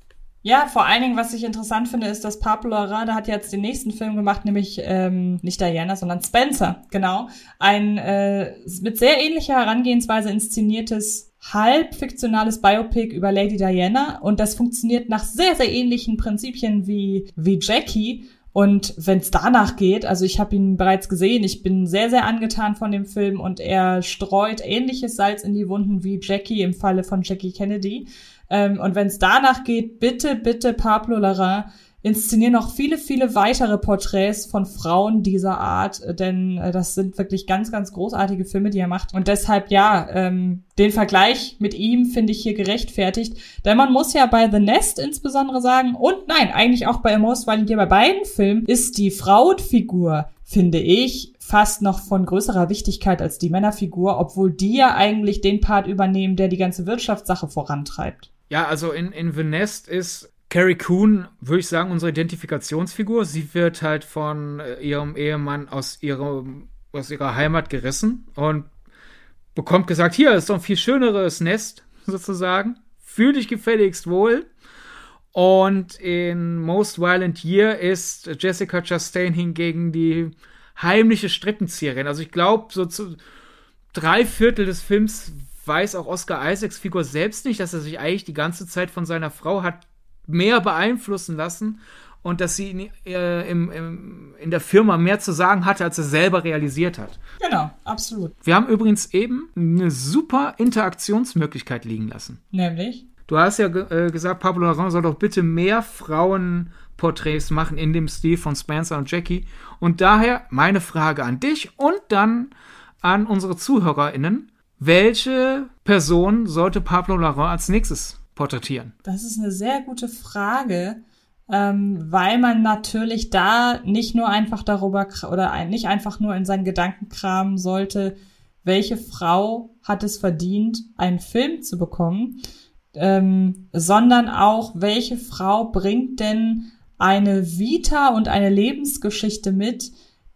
Ja, vor allen Dingen, was ich interessant finde, ist, dass Pablo Larraín, der hat jetzt den nächsten Film gemacht, nämlich ähm, nicht Diana, sondern Spencer, genau. Ein äh, mit sehr ähnlicher Herangehensweise inszeniertes halbfiktionales Biopic über Lady Diana, und das funktioniert nach sehr, sehr ähnlichen Prinzipien wie wie Jackie. Und wenn es danach geht, also ich habe ihn bereits gesehen, ich bin sehr, sehr angetan von dem Film, und er streut ähnliches Salz in die Wunden wie Jackie im Falle von Jackie Kennedy. Ähm, und wenn es danach geht, bitte, bitte Pablo Larraín, inszenier noch viele, viele weitere Porträts von Frauen dieser Art, denn äh, das sind wirklich ganz, ganz großartige Filme, die er macht. Und deshalb, ja, ähm, den Vergleich mit ihm finde ich hier gerechtfertigt. Denn man muss ja bei The Nest insbesondere sagen, und nein, eigentlich auch bei A Most Violent Year, bei beiden Filmen ist die Frauenfigur, finde ich, fast noch von größerer Wichtigkeit als die Männerfigur, obwohl die ja eigentlich den Part übernehmen, der die ganze Wirtschaftssache vorantreibt. Ja, also in, in The Nest ist Carrie Coon, würde ich sagen, unsere Identifikationsfigur. Sie wird halt von ihrem Ehemann aus, ihrem, aus ihrer Heimat gerissen und bekommt gesagt, hier ist doch ein viel schöneres Nest, sozusagen. Fühl dich gefälligst wohl. Und in Most Violent Year ist Jessica Chastain hingegen die heimliche Strippenzieherin. Also ich glaube, so zu drei Viertel des Films weiß auch Oscar Isaacs Figur selbst nicht, dass er sich eigentlich die ganze Zeit von seiner Frau hat mehr beeinflussen lassen und dass sie in, äh, im, im, in der Firma mehr zu sagen hatte, als er selber realisiert hat. Genau, absolut. Wir haben übrigens eben eine super Interaktionsmöglichkeit liegen lassen. Nämlich? Du hast ja ge- äh, gesagt, Pablo Larraín soll doch bitte mehr Frauenporträts machen in dem Stil von Spencer und Jackie. Und daher meine Frage an dich und dann an unsere ZuhörerInnen. Welche Person sollte Pablo Larraín als nächstes porträtieren? Das ist eine sehr gute Frage, ähm, weil man natürlich da nicht nur einfach darüber oder ein, nicht einfach nur in seinen Gedanken kramen sollte, welche Frau hat es verdient, einen Film zu bekommen, ähm, sondern auch, welche Frau bringt denn eine Vita und eine Lebensgeschichte mit,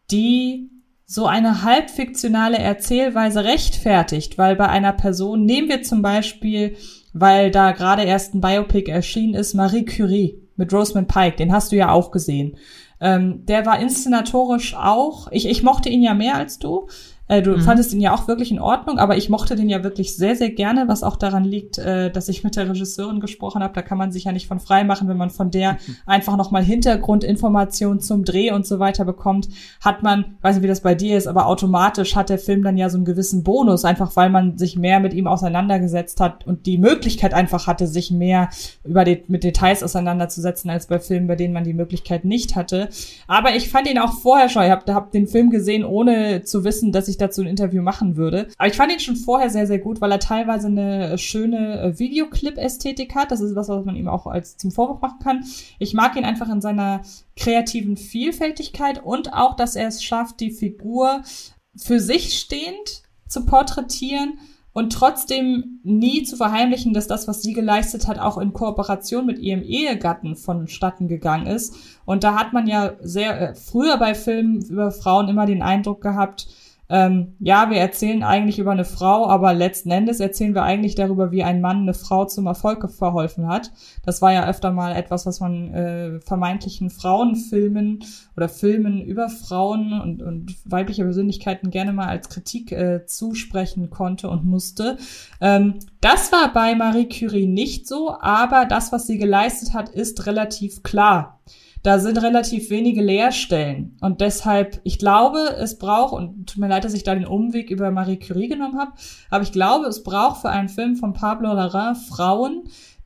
die so eine halbfiktionale Erzählweise rechtfertigt, weil bei einer Person, nehmen wir zum Beispiel, weil da gerade erst ein Biopic erschienen ist, Marie Curie mit Rosamund Pike, den hast du ja auch gesehen. Ähm, der war inszenatorisch auch, ich, ich mochte ihn ja mehr als du, äh, du mhm. fandest ihn ja auch wirklich in Ordnung, aber ich mochte den ja wirklich sehr, sehr gerne, was auch daran liegt, äh, dass ich mit der Regisseurin gesprochen habe, da kann man sich ja nicht von frei machen, wenn man von der mhm. einfach nochmal Hintergrundinformationen zum Dreh und so weiter bekommt, hat man, weiß nicht, wie das bei dir ist, aber automatisch hat der Film dann ja so einen gewissen Bonus, einfach weil man sich mehr mit ihm auseinandergesetzt hat und die Möglichkeit einfach hatte, sich mehr über die, mit Details auseinanderzusetzen, als bei Filmen, bei denen man die Möglichkeit nicht hatte. Aber ich fand ihn auch vorher schon, ich habe hab den Film gesehen, ohne zu wissen, dass ich dazu ein Interview machen würde. Aber ich fand ihn schon vorher sehr, sehr gut, weil er teilweise eine schöne Videoclip-Ästhetik hat. Das ist was, was man ihm auch als zum Vorwurf machen kann. Ich mag ihn einfach in seiner kreativen Vielfältigkeit und auch, dass er es schafft, die Figur für sich stehend zu porträtieren und trotzdem nie zu verheimlichen, dass das, was sie geleistet hat, auch in Kooperation mit ihrem Ehegatten vonstatten gegangen ist. Und da hat man ja sehr äh, früher bei Filmen über Frauen immer den Eindruck gehabt, ähm, ja, wir erzählen eigentlich über eine Frau, aber letzten Endes erzählen wir eigentlich darüber, wie ein Mann eine Frau zum Erfolg verholfen hat. Das war ja öfter mal etwas, was man äh, vermeintlichen Frauenfilmen oder Filmen über Frauen und, und weibliche Persönlichkeiten gerne mal als Kritik äh, zusprechen konnte und musste. Ähm, das war bei Marie Curie nicht so, aber das, was sie geleistet hat, ist relativ klar. Da sind relativ wenige Leerstellen. Und deshalb, ich glaube, es braucht, und tut mir leid, dass ich da den Umweg über Marie Curie genommen habe, aber ich glaube, es braucht für einen Film von Pablo Larraín Frauen,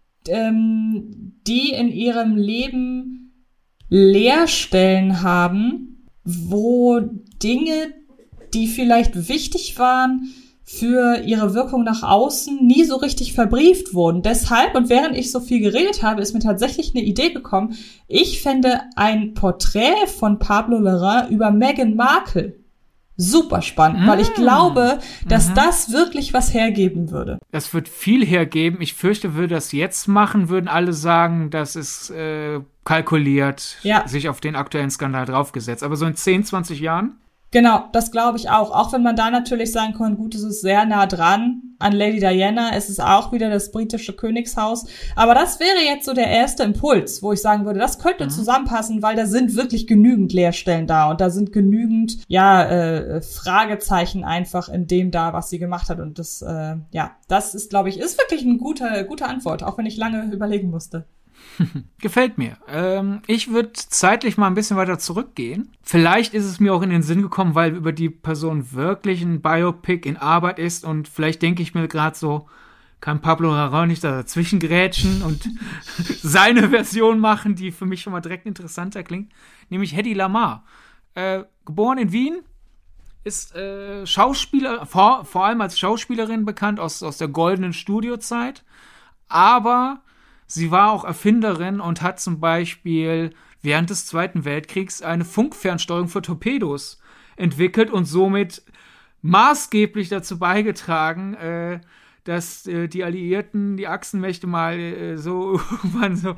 ähm, die in ihrem Leben Leerstellen haben, wo Dinge, die vielleicht wichtig waren, für ihre Wirkung nach außen nie so richtig verbrieft wurden. Deshalb, und während ich so viel geredet habe, ist mir tatsächlich eine Idee gekommen. Ich fände ein Porträt von Pablo Larraín über Meghan Markle super spannend, mm. weil ich glaube, dass mhm. das wirklich was hergeben würde. Das wird viel hergeben. Ich fürchte, würde das jetzt machen, würden alle sagen, das ist äh, kalkuliert, ja. sich auf den aktuellen Skandal draufgesetzt. Aber so in zehn, zwanzig Jahren? Genau, das glaube ich auch. Auch wenn man da natürlich sagen kann, gut, es ist sehr nah dran an Lady Diana, es ist auch wieder das britische Königshaus. Aber das wäre jetzt so der erste Impuls, wo ich sagen würde, das könnte mhm. zusammenpassen, weil da sind wirklich genügend Leerstellen da und da sind genügend, ja, äh, Fragezeichen einfach in dem da, was sie gemacht hat. Und das, äh, ja, das ist, glaube ich, ist wirklich eine gute, gute Antwort, auch wenn ich lange überlegen musste. Gefällt mir. Ähm, ich würde zeitlich mal ein bisschen weiter zurückgehen. Vielleicht ist es mir auch in den Sinn gekommen, weil über die Person wirklich ein Biopic in Arbeit ist und vielleicht denke ich mir gerade so, kann Pablo Larraín nicht dazwischen grätschen und seine Version machen, die für mich schon mal direkt interessanter klingt, nämlich Hedy Lamarr. Äh, geboren in Wien, ist äh, Schauspieler, vor, vor allem als Schauspielerin bekannt aus, aus der goldenen Studiozeit, aber sie war auch Erfinderin und hat zum Beispiel während des Zweiten Weltkriegs eine Funkfernsteuerung für Torpedos entwickelt und somit maßgeblich dazu beigetragen, äh, dass äh, die Alliierten, die Achsenmächte mal äh, so irgendwann so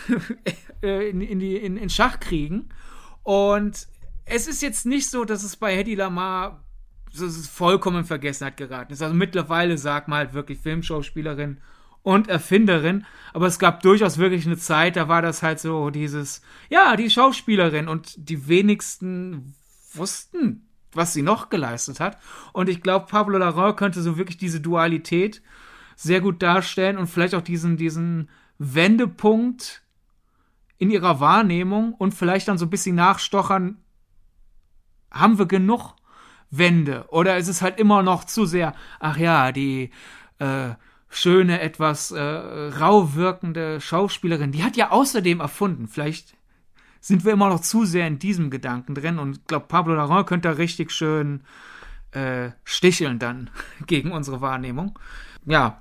äh, in, in, die, in, in Schach kriegen. Und es ist jetzt nicht so, dass es bei Hedy Lamarr so es vollkommen in Vergessenheit geraten ist. Also mittlerweile sagt man halt wirklich Filmschauspielerin und Erfinderin, aber es gab durchaus wirklich eine Zeit, da war das halt so dieses, ja, die Schauspielerin, und die wenigsten wussten, was sie noch geleistet hat. Und ich glaube, Pablo Larraín könnte so wirklich diese Dualität sehr gut darstellen und vielleicht auch diesen, diesen Wendepunkt in ihrer Wahrnehmung und vielleicht dann so ein bisschen nachstochern, haben wir genug Wende? Oder ist es halt immer noch zu sehr, ach ja, die äh, schöne, etwas äh, rau wirkende Schauspielerin, die hat ja außerdem erfunden. Vielleicht sind wir immer noch zu sehr in diesem Gedanken drin, und ich glaube, Pablo Larraín könnte da richtig schön äh, sticheln dann gegen unsere Wahrnehmung. Ja,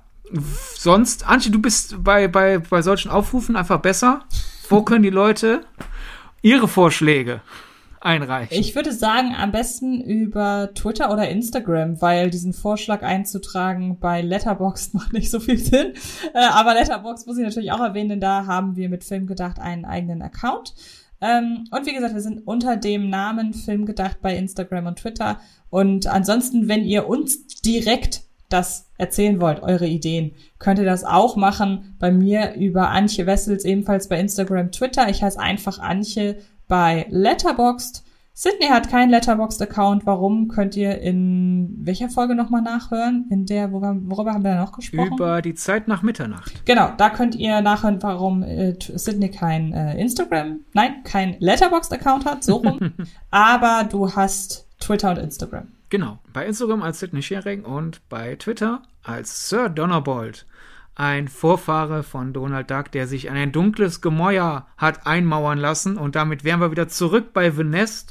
sonst, Antje, du bist bei, bei, bei solchen Aufrufen einfach besser. Wo können die Leute ihre Vorschläge einreichen? Ich würde sagen, am besten über Twitter oder Instagram, weil diesen Vorschlag einzutragen bei Letterboxd macht nicht so viel Sinn. Äh, aber Letterboxd muss ich natürlich auch erwähnen, denn da haben wir mit Filmgedacht einen eigenen Account. Ähm, und wie gesagt, wir sind unter dem Namen Filmgedacht bei Instagram und Twitter. Und ansonsten, wenn ihr uns direkt das erzählen wollt, eure Ideen, könnt ihr das auch machen bei mir über Antje Wessels, ebenfalls bei Instagram, Twitter. Ich heiße einfach Antje bei Letterboxd. Sydney hat keinen Letterboxd-Account. Warum, könnt ihr in welcher Folge nochmal nachhören? In der, worüber, worüber haben wir da noch gesprochen? Über die Zeit nach Mitternacht. Genau, da könnt ihr nachhören, warum äh, Sydney kein äh, Instagram, nein, kein Letterboxd-Account hat, so rum. Aber du hast Twitter und Instagram. Genau, bei Instagram als Sydney Schering und bei Twitter als Sir Donnerbold. Ein Vorfahre von Donald Duck, der sich an ein dunkles Gemäuer hat einmauern lassen. Und damit wären wir wieder zurück bei The Nest.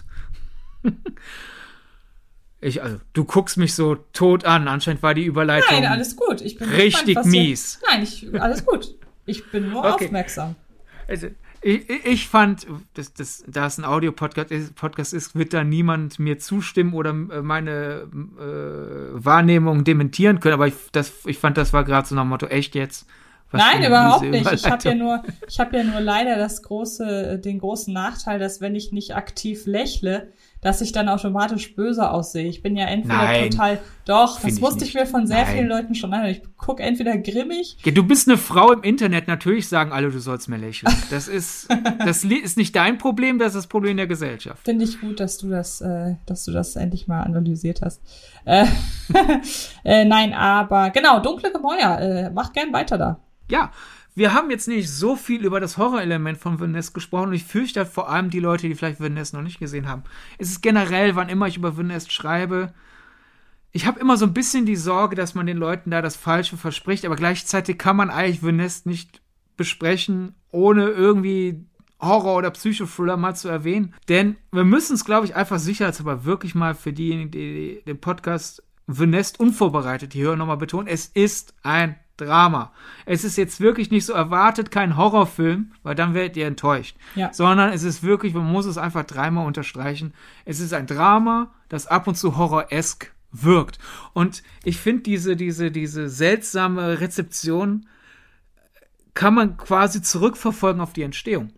ich, also, du guckst mich so tot an. Anscheinend war die Überleitung Nein, alles gut. Ich bin richtig gespannt, mies. Ihr, nein, ich, alles gut. Ich bin nur okay. aufmerksam. Also, ich, ich fand, dass, dass, da es ein Audio-Podcast ist, Podcast ist, wird da niemand mir zustimmen oder meine äh, Wahrnehmung dementieren können. Aber ich, das, ich fand, das war gerade so nach dem Motto, echt jetzt? Was Nein, überhaupt nicht. Ich habe ja nur, ich habe ja nur leider das große, den großen Nachteil, dass wenn ich nicht aktiv lächle, dass ich dann automatisch böse aussehe. Ich bin ja entweder Nein, total, doch, das wusste ich ich mir von sehr Nein. vielen Leuten schon an. Ich gucke entweder grimmig. Ja, du bist eine Frau im Internet, natürlich sagen alle, du sollst mehr lächeln. Das ist, das ist nicht dein Problem, das ist das Problem der Gesellschaft. Finde ich gut, dass du das, äh, dass du das endlich mal analysiert hast. Äh, äh, nein, aber genau, dunkle Gemäuer, äh, mach gern weiter da. Ja, wir haben jetzt nicht so viel über das Horrorelement von The Nest gesprochen, und ich fürchte vor allem die Leute, die vielleicht The Nest noch nicht gesehen haben. Es ist generell, wann immer ich über The Nest schreibe, ich habe immer so ein bisschen die Sorge, dass man den Leuten da das Falsche verspricht, aber gleichzeitig kann man eigentlich The Nest nicht besprechen, ohne irgendwie Horror- oder Psychothriller mal zu erwähnen. Denn wir müssen es, glaube ich, einfach sicherheitshalber wirklich mal für diejenigen, die den Podcast The Nest unvorbereitet hier nochmal betonen, es ist ein Drama. Es ist jetzt wirklich nicht so erwartet, kein Horrorfilm, weil dann werdet ihr enttäuscht. Ja. Sondern es ist wirklich, man muss es einfach dreimal unterstreichen, es ist ein Drama, das ab und zu horror-esk wirkt. Und ich finde, diese, diese, diese seltsame Rezeption kann man quasi zurückverfolgen auf die Entstehung.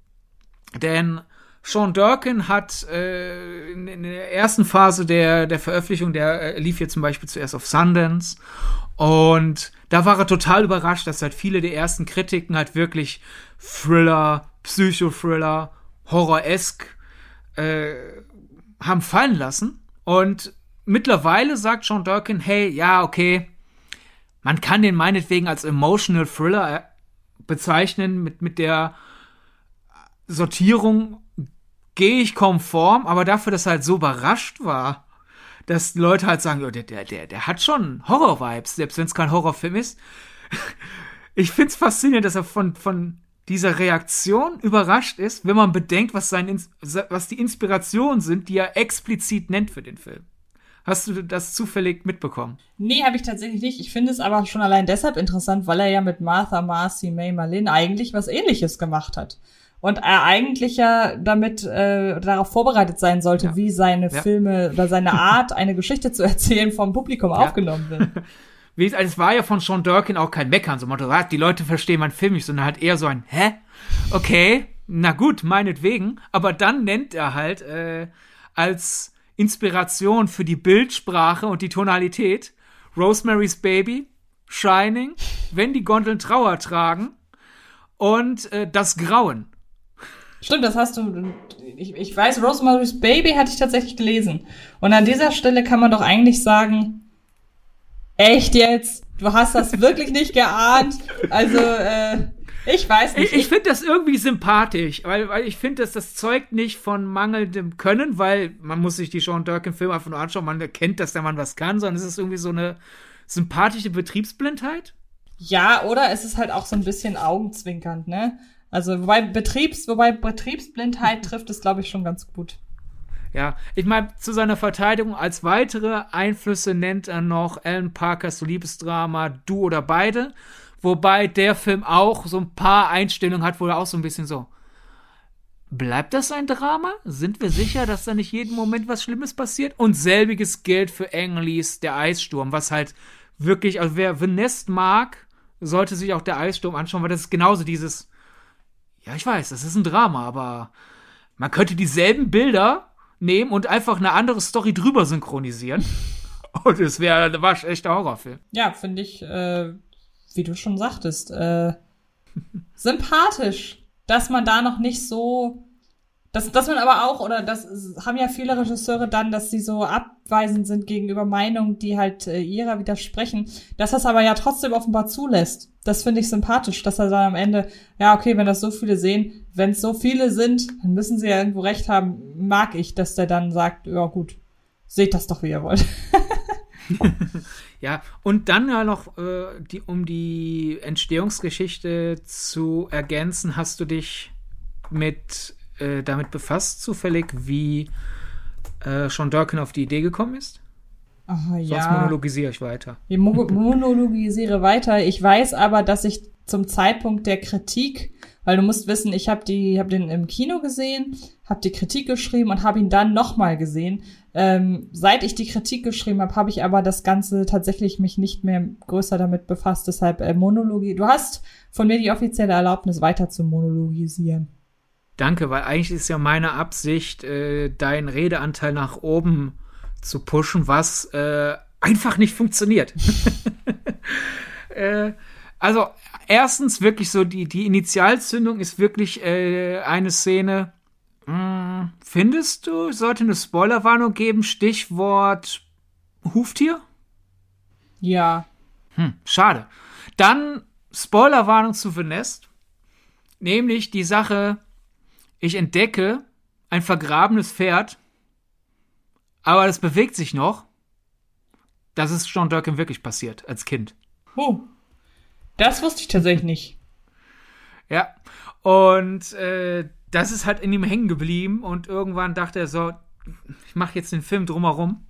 Denn Sean Durkin hat äh, in, in der ersten Phase der, der Veröffentlichung, der äh, lief hier zum Beispiel zuerst auf Sundance, und da war er total überrascht, dass halt viele der ersten Kritiken halt wirklich Thriller, Psychothriller, Horror-esk äh, haben fallen lassen. Und mittlerweile sagt Sean Durkin, hey, ja, okay, man kann den meinetwegen als Emotional Thriller bezeichnen, mit, mit der Sortierung gehe ich konform, aber dafür, dass er halt so überrascht war, dass Leute halt sagen, oh, der, der, der, der hat schon Horror-Vibes, selbst wenn es kein Horrorfilm ist. Ich find's faszinierend, dass er von, von dieser Reaktion überrascht ist, wenn man bedenkt, was, sein, was die Inspirationen sind, die er explizit nennt für den Film. Hast du das zufällig mitbekommen? Nee, habe ich tatsächlich nicht. Ich finde es aber schon allein deshalb interessant, weil er ja mit Martha Marcy May Marlin eigentlich was Ähnliches gemacht hat. Und er eigentlich ja damit äh, darauf vorbereitet sein sollte, ja. wie seine ja. Filme oder seine Art, eine Geschichte zu erzählen, vom Publikum ja. aufgenommen wird. wie, also es war ja von Sean Durkin auch kein Meckern, so Motto, die Leute verstehen meinen Film nicht, sondern halt eher so ein, hä? Okay, na gut, meinetwegen. Aber dann nennt er halt äh, als Inspiration für die Bildsprache und die Tonalität Rosemary's Baby, Shining, Wenn die Gondeln Trauer tragen und äh, Das Grauen. Stimmt, das hast du, ich, ich weiß, Rosemary's Baby hatte ich tatsächlich gelesen. Und an dieser Stelle kann man doch eigentlich sagen, echt jetzt? Du hast das wirklich nicht geahnt? Also, äh, ich weiß nicht. Ich, ich finde das irgendwie sympathisch, weil, weil ich finde, dass das zeugt nicht von mangelndem Können, weil man muss sich die Sean Durkin-Filme einfach nur anschauen, man erkennt, dass der Mann was kann, sondern es ist irgendwie so eine sympathische Betriebsblindheit. Ja, oder es ist halt auch so ein bisschen augenzwinkernd, ne? Also, wobei Betriebs, wobei Betriebsblindheit trifft es, glaube ich, schon ganz gut. Ja, ich meine, zu seiner Verteidigung als weitere Einflüsse nennt er noch Alan Parkers Liebesdrama Du oder beide, wobei der Film auch so ein paar Einstellungen hat, wo er auch so ein bisschen so, bleibt das ein Drama? Sind wir sicher, dass da nicht jeden Moment was Schlimmes passiert? Und selbiges gilt für Ang Lees Der Eissturm, was halt wirklich, also wer The Nest mag, sollte sich auch Der Eissturm anschauen, weil das ist genauso dieses, ja, ich weiß, das ist ein Drama, aber man könnte dieselben Bilder nehmen und einfach eine andere Story drüber synchronisieren. Und es wäre ein waschechter Horrorfilm. Ja, finde ich, äh, wie du schon sagtest, äh, sympathisch, dass man da noch nicht so, dass, dass man aber auch, oder das haben ja viele Regisseure dann, dass sie so abweisend sind gegenüber Meinungen, die halt äh, ihrer widersprechen, dass das aber ja trotzdem offenbar zulässt. Das finde ich sympathisch, dass er dann am Ende, ja, okay, wenn das so viele sehen, wenn es so viele sind, dann müssen sie ja irgendwo recht haben, mag ich, dass der dann sagt, ja gut, seht das doch, wie ihr wollt. Ja, und dann ja noch, äh, die, um die Entstehungsgeschichte zu ergänzen, hast du dich mit äh, damit befasst, zufällig, wie äh, Sean Durkin auf die Idee gekommen ist? Aha, ja. Sonst monologisiere ich weiter. Ich mo- monologisiere weiter. Ich weiß aber, dass ich zum Zeitpunkt der Kritik, weil du musst wissen, ich habe die, habe den im Kino gesehen, habe die Kritik geschrieben und habe ihn dann nochmal gesehen. Ähm, seit ich die Kritik geschrieben habe, habe ich aber das Ganze tatsächlich mich nicht mehr größer damit befasst. Deshalb äh, Monologie. Du hast von mir die offizielle Erlaubnis, weiter zu monologisieren. Danke, weil eigentlich ist ja meine Absicht, äh, deinen Redeanteil nach oben zu pushen, was äh, einfach nicht funktioniert. äh, also erstens wirklich so, die, die Initialzündung ist wirklich äh, eine Szene. Hm, findest du, es sollte eine Spoilerwarnung geben, Stichwort Huftier? Ja. Hm, schade. Dann Spoilerwarnung zu The Nest, nämlich die Sache, ich entdecke ein vergrabenes Pferd, aber das bewegt sich noch. Das ist Sean Durkin wirklich passiert, als Kind. Oh, das wusste ich tatsächlich nicht. Ja, und äh, das ist halt in ihm hängen geblieben und irgendwann dachte er so, ich mache jetzt den Film drumherum.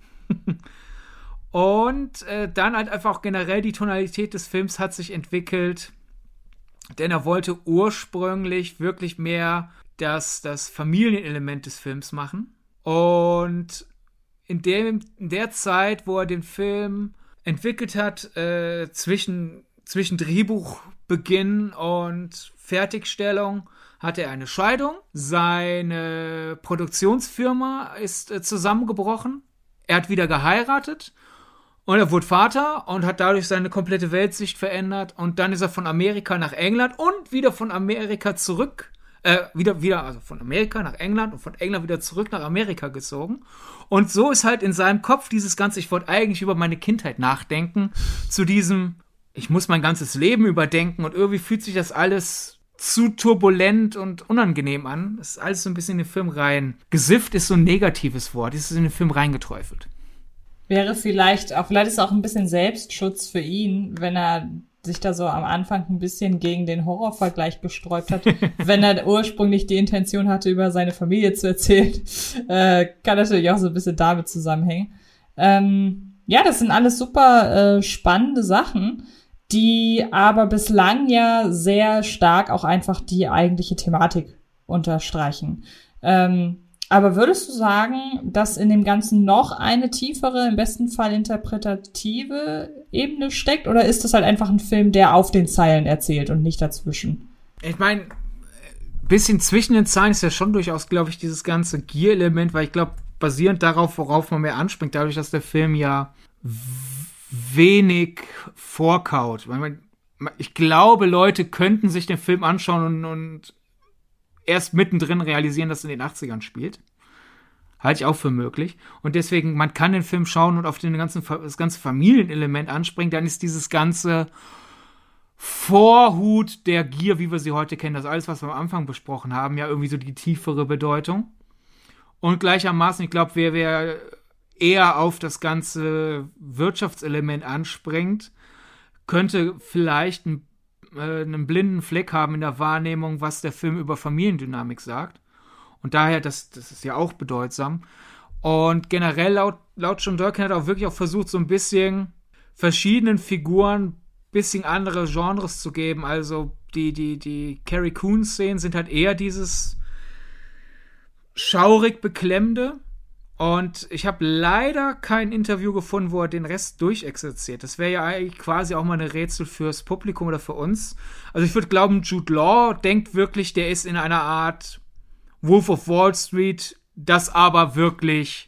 Und äh, dann halt einfach auch generell die Tonalität des Films hat sich entwickelt, denn er wollte ursprünglich wirklich mehr das, das Familienelement des Films machen. Und in, dem, in der Zeit, wo er den Film entwickelt hat, äh, zwischen, zwischen Drehbuchbeginn und Fertigstellung, hatte er eine Scheidung. Seine Produktionsfirma ist äh, zusammengebrochen. Er hat wieder geheiratet. Und er wurde Vater und hat dadurch seine komplette Weltsicht verändert. Und dann ist er von Amerika nach England und wieder von Amerika zurück. Äh, wieder, wieder, also von Amerika nach England und von England wieder zurück nach Amerika gezogen. Und so ist halt in seinem Kopf dieses Ganze, ich wollte eigentlich über meine Kindheit nachdenken, zu diesem, ich muss mein ganzes Leben überdenken und irgendwie fühlt sich das alles zu turbulent und unangenehm an. Das ist alles so ein bisschen in den Film rein. Gesifft ist so ein negatives Wort. Das ist in den Film reingeträufelt. Wäre vielleicht auch, vielleicht ist es auch ein bisschen Selbstschutz für ihn, wenn er sich da so am Anfang ein bisschen gegen den Horrorvergleich gesträubt hat, wenn er ursprünglich die Intention hatte, über seine Familie zu erzählen. Äh, kann natürlich auch so ein bisschen damit zusammenhängen. Ähm, ja, das sind alles super äh, spannende Sachen, die aber bislang ja sehr stark auch einfach die eigentliche Thematik unterstreichen. Ähm, aber würdest du sagen, dass in dem Ganzen noch eine tiefere, im besten Fall interpretative Ebene steckt? Oder ist das halt einfach ein Film, der auf den Zeilen erzählt und nicht dazwischen? Ich meine, bisschen zwischen den Zeilen ist ja schon durchaus, glaube ich, dieses ganze Gier-Element, weil ich glaube, basierend darauf, worauf man mehr anspringt, dadurch, dass der Film ja w- wenig vorkaut. Ich glaube, Leute könnten sich den Film anschauen und, und erst mittendrin realisieren, dass er in den achtzigern spielt. Halte ich auch für möglich. Und deswegen, man kann den Film schauen und auf den ganzen, das ganze Familienelement anspringen, dann ist dieses ganze Vorhut der Gier, wie wir sie heute kennen, das alles, was wir am Anfang besprochen haben, ja irgendwie so die tiefere Bedeutung. Und gleichermaßen, ich glaube, wer, wer eher auf das ganze Wirtschaftselement anspringt, könnte vielleicht einen, äh, einen blinden Fleck haben in der Wahrnehmung, was der Film über Familiendynamik sagt. Und daher, das, das ist ja auch bedeutsam. Und generell, laut, laut John Durkin hat er auch wirklich auch versucht, so ein bisschen verschiedenen Figuren bisschen andere Genres zu geben. Also die, die, die Carrie Coon-Szenen sind halt eher dieses schaurig Beklemmende. Und ich habe leider kein Interview gefunden, wo er den Rest durchexerziert. Das wäre ja eigentlich quasi auch mal ein Rätsel fürs Publikum oder für uns. Also ich würde glauben, Jude Law denkt wirklich, der ist in einer Art Wolf of Wall Street, das aber wirklich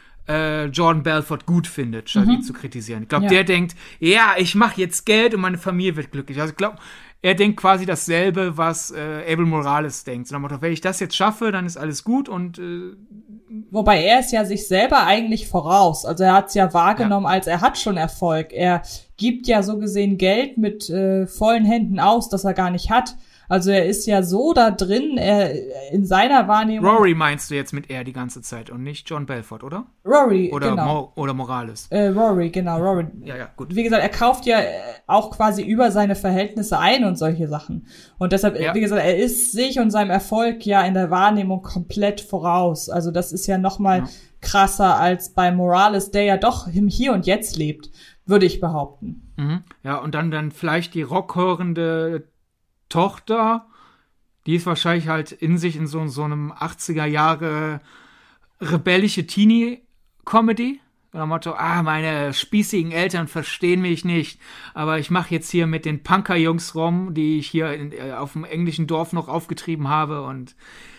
äh, Jordan Belfort gut findet, statt mhm. ihn zu kritisieren. Ich glaube, ja. der denkt, ja, ich mache jetzt Geld und meine Familie wird glücklich. Also ich glaube, er denkt quasi dasselbe, was äh, Abel Morales denkt. So, wenn ich das jetzt schaffe, dann ist alles gut und äh, wobei er es ja sich selber eigentlich voraus. Also er hat es ja wahrgenommen, ja. als er hat schon Erfolg. Er gibt ja so gesehen Geld mit äh, vollen Händen aus, das er gar nicht hat. Also er ist ja so da drin, er in seiner Wahrnehmung. Rory meinst du jetzt mit er die ganze Zeit und nicht John Belfort, oder? Rory, oder genau. Mo- oder Morales. Äh, Rory, genau, Rory. Ja, ja, gut. Wie gesagt, er kauft ja auch quasi über seine Verhältnisse ein und solche Sachen. Und deshalb, ja. wie gesagt, er ist sich und seinem Erfolg ja in der Wahrnehmung komplett voraus. Also das ist ja noch mal ja. krasser als bei Morales, der ja doch im Hier und Jetzt lebt, würde ich behaupten. Mhm. Ja, und dann, dann vielleicht die rockhörende Tochter, die ist wahrscheinlich halt in sich in so, so einem achtziger Jahre rebellische Teenie-Comedy. Nach dem Motto, ah, meine spießigen Eltern verstehen mich nicht, aber ich mache jetzt hier mit den Punker-Jungs rum, die ich hier in, auf dem englischen Dorf noch aufgetrieben habe und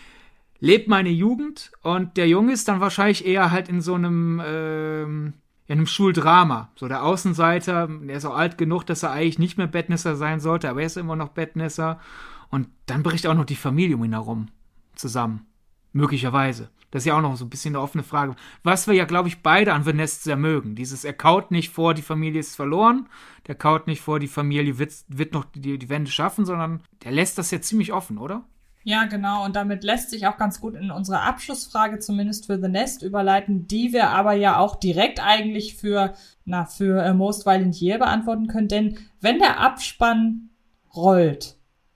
lebt meine Jugend. Und der Junge ist dann wahrscheinlich eher halt in so einem ähm, in einem Schuldrama. So der Außenseiter, der ist auch alt genug, dass er eigentlich nicht mehr Bettnässer sein sollte, aber er ist immer noch Bettnässer. Und dann bricht auch noch die Familie um ihn herum zusammen. Möglicherweise. Das ist ja auch noch so ein bisschen eine offene Frage. Was wir ja, glaube ich, beide an Vanessa sehr mögen. Dieses, er kaut nicht vor, die Familie ist verloren. Der kaut nicht vor, die Familie wird, wird noch die, die Wende schaffen, sondern der lässt das ja ziemlich offen, oder? Ja, genau. Und damit lässt sich auch ganz gut in unsere Abschlussfrage zumindest für The Nest überleiten, die wir aber ja auch direkt eigentlich für, na, für uh, Most Violent Year beantworten können. Denn wenn der Abspann rollt,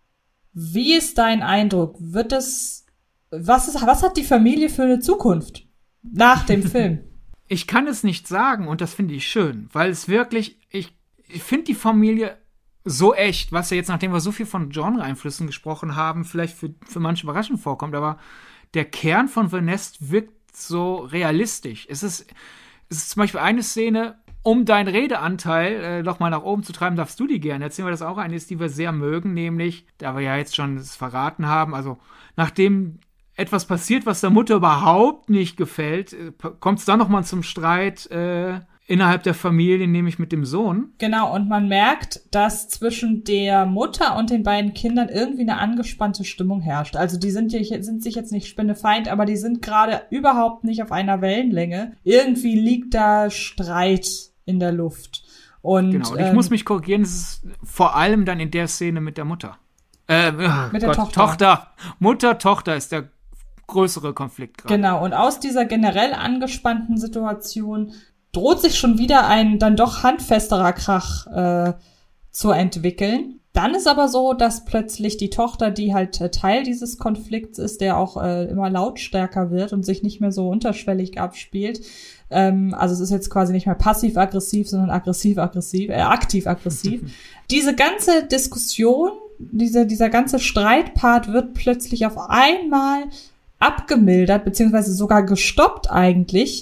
wie ist dein Eindruck? Wird es, was ist, was hat die Familie für eine Zukunft nach dem Film? Ich kann es nicht sagen und das finde ich schön, weil es wirklich, ich, ich finde die Familie so echt, was ja jetzt, nachdem wir so viel von Genre-Einflüssen gesprochen haben, vielleicht für, für manche überraschend vorkommt, aber der Kern von The Nest wirkt so realistisch. Es ist, es ist zum Beispiel eine Szene, um deinen Redeanteil äh, noch mal nach oben zu treiben, darfst du die gerne erzählen, weil das auch eine ist, die wir sehr mögen, nämlich, da wir ja jetzt schon das verraten haben, also nachdem etwas passiert, was der Mutter überhaupt nicht gefällt, äh, kommt es dann noch mal zum Streit äh, innerhalb der Familie, nämlich mit dem Sohn. Genau, und man merkt, dass zwischen der Mutter und den beiden Kindern irgendwie eine angespannte Stimmung herrscht. Also die sind, hier, sind sich jetzt nicht spinnefeind, aber die sind gerade überhaupt nicht auf einer Wellenlänge. Irgendwie liegt da Streit in der Luft. Und, genau, und ich ähm, muss mich korrigieren, es ist vor allem dann in der Szene mit der Mutter. Äh, mit der Gott, Tochter. Tochter. Mutter, Tochter ist der größere Konflikt gerade. Genau, und aus dieser generell angespannten Situation droht sich schon wieder ein dann doch handfesterer Krach äh, zu entwickeln. Dann ist aber so, dass plötzlich die Tochter, die halt äh, Teil dieses Konflikts ist, der auch äh, immer lautstärker wird und sich nicht mehr so unterschwellig abspielt. Ähm, also es ist jetzt quasi nicht mehr passiv-aggressiv, sondern aggressiv-aggressiv, äh, aktiv-aggressiv. Diese ganze Diskussion, diese, dieser ganze Streitpart wird plötzlich auf einmal abgemildert, beziehungsweise sogar gestoppt eigentlich,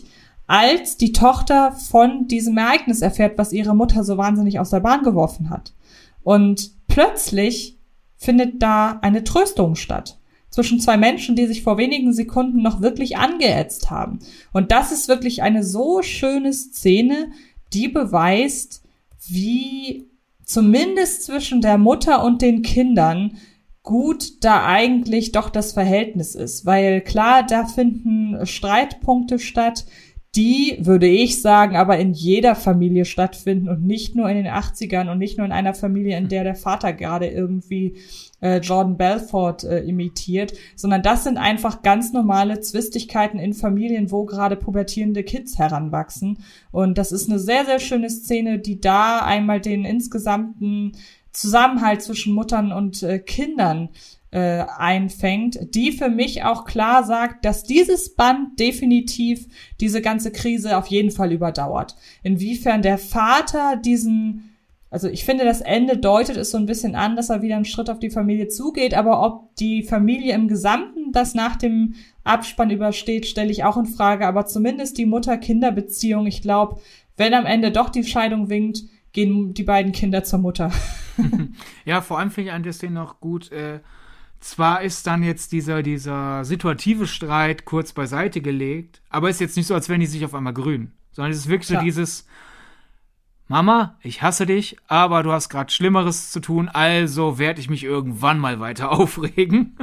als die Tochter von diesem Ereignis erfährt, was ihre Mutter so wahnsinnig aus der Bahn geworfen hat. Und plötzlich findet da eine Tröstung statt zwischen zwei Menschen, die sich vor wenigen Sekunden noch wirklich angeätzt haben. Und das ist wirklich eine so schöne Szene, die beweist, wie zumindest zwischen der Mutter und den Kindern gut da eigentlich doch das Verhältnis ist. Weil klar, da finden Streitpunkte statt, die, würde ich sagen, aber in jeder Familie stattfinden und nicht nur in den achtzigern und nicht nur in einer Familie, in der der Vater gerade irgendwie äh, Jordan Belfort äh, imitiert, sondern das sind einfach ganz normale Zwistigkeiten in Familien, wo gerade pubertierende Kids heranwachsen. Und das ist eine sehr, sehr schöne Szene, die da einmal den insgesamten Zusammenhalt zwischen Muttern und äh, Kindern äh, einfängt, die für mich auch klar sagt, dass dieses Band definitiv diese ganze Krise auf jeden Fall überdauert. Inwiefern der Vater diesen, also ich finde, das Ende deutet es so ein bisschen an, dass er wieder einen Schritt auf die Familie zugeht, aber ob die Familie im Gesamten das nach dem Abspann übersteht, stelle ich auch in Frage, aber zumindest die Mutter-Kinder-Beziehung, ich glaube, wenn am Ende doch die Scheidung winkt, gehen die beiden Kinder zur Mutter. Ja, vor allem finde ich an der Szene noch gut, äh, zwar ist dann jetzt dieser, dieser situative Streit kurz beiseite gelegt, aber ist jetzt nicht so, als wären die sich auf einmal grün, sondern es ist wirklich Klar. so dieses Mama, ich hasse dich, aber du hast gerade Schlimmeres zu tun, also werde ich mich irgendwann mal weiter aufregen.